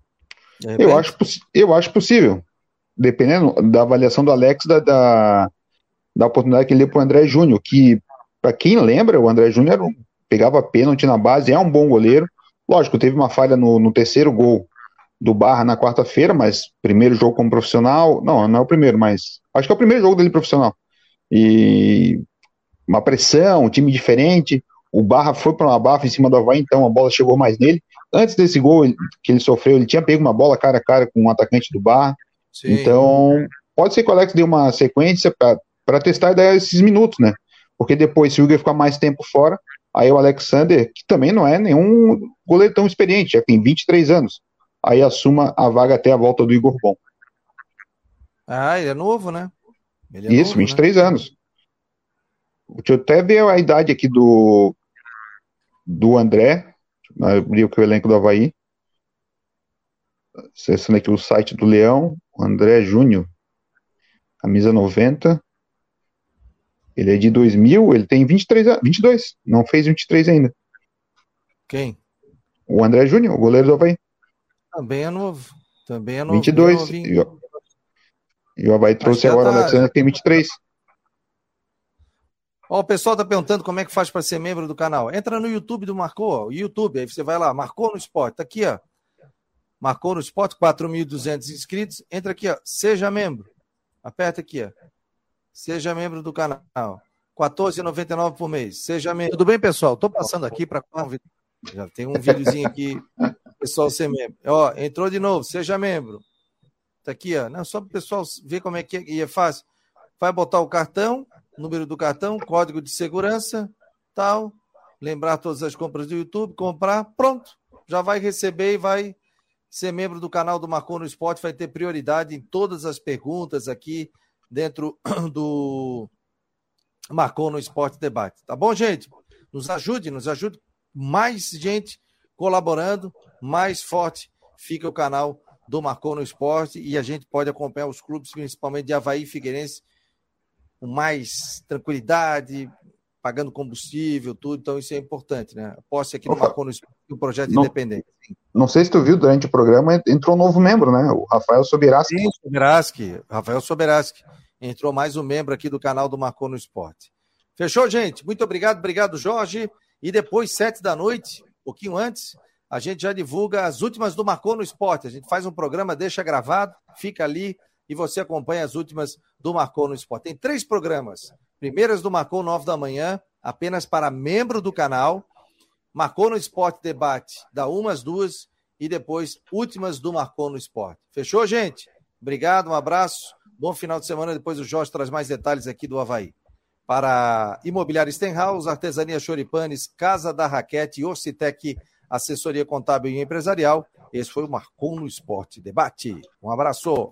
Eu acho possível. Dependendo da avaliação do Alex, da oportunidade que ele deu pro André Júnior, que, para quem lembra, o André Júnior pegava pênalti na base, é um bom goleiro. Lógico, teve uma falha no terceiro gol do Barra na quarta-feira, mas primeiro jogo como profissional, não é o primeiro, mas acho que é o primeiro jogo dele profissional. E uma pressão, um time diferente, o Barra foi para uma abafa em cima do Avaí, então a bola chegou mais nele. Antes desse gol que ele sofreu, ele tinha pego uma bola cara a cara com um atacante do Barra. Sim. Então, pode ser que o Alex dê uma sequência para testar e dar esses minutos, né? Porque depois, se o Igor ficar mais tempo fora, aí o Alexander, que também não é nenhum goleiro tão experiente, já tem 23 anos, aí assuma a vaga até a volta do Igor Bom. Ele é novo, né? Ele é Isso, novo, 23 anos. Deixa eu até ver a idade aqui do André, abriu aqui o elenco do Avaí. Acessando aqui o site do Leão, André Júnior, camisa 90. Ele é de 2000, ele tem 22, não fez 23 ainda. Quem? O André Júnior, o goleiro do Avaí. Também é novo. 22. E o Avaí trouxe agora o Alexandre, que tem 23. Ó, o pessoal tá perguntando como é que faz para ser membro do canal. Entra no YouTube do Marcou, ó, o YouTube, aí você vai lá, Marcou no Esporte, tá aqui, ó. Marcou no Esporte, 4.200 inscritos. Entra aqui, ó, seja membro. Aperta aqui, ó. Seja membro do canal. R$14,99 por mês. Seja membro. Tudo bem, pessoal? Tô passando aqui para convidar. Já tem um videozinho aqui, pessoal ser membro. Ó, entrou de novo, seja membro. Tá aqui, ó. Não, só para o pessoal ver como é que é, e é fácil. Vai botar o cartão, número do cartão, código de segurança, tal. Lembrar todas as compras do YouTube, comprar, pronto. Já vai receber e vai ser membro do canal do Marcou no Esporte, vai ter prioridade em todas as perguntas aqui dentro do Marcou no Esporte Debate. Tá bom, gente? Nos ajude. Mais gente colaborando, mais forte fica o canal do Marcou no Esporte e a gente pode acompanhar os clubes, principalmente de Avaí e Figueirense, com mais tranquilidade, pagando combustível, tudo. Então isso é importante, né? Aposte aqui no Marcou no Esporte, um projeto independente. Não sei se tu viu, durante o programa entrou um novo membro, né? O Rafael Soberaski. Sim, Rafael Soberaski. Entrou mais um membro aqui do canal do Marcou no Esporte. Fechou, gente? Muito obrigado, Jorge. E depois, 19h, um pouquinho antes, a gente já divulga as últimas do Marcou no Esporte. A gente faz um programa, deixa gravado, fica ali e você acompanha as últimas do Marcou no Esporte. Tem 3 programas. Primeiras do Marcou, 9 da manhã, apenas para membro do canal. Marcou no Esporte Debate, da 1 às 2 e depois últimas do Marcou no Esporte. Fechou, gente? Obrigado, um abraço. Bom final de semana. Depois o Jorge traz mais detalhes aqui do Avaí. Para Imobiliária Stenhouse, Artesania Choripanes, Casa da Raquete e Orcitec, assessoria contábil e empresarial. Esse foi o Marcou no Esporte Debate. Um abraço.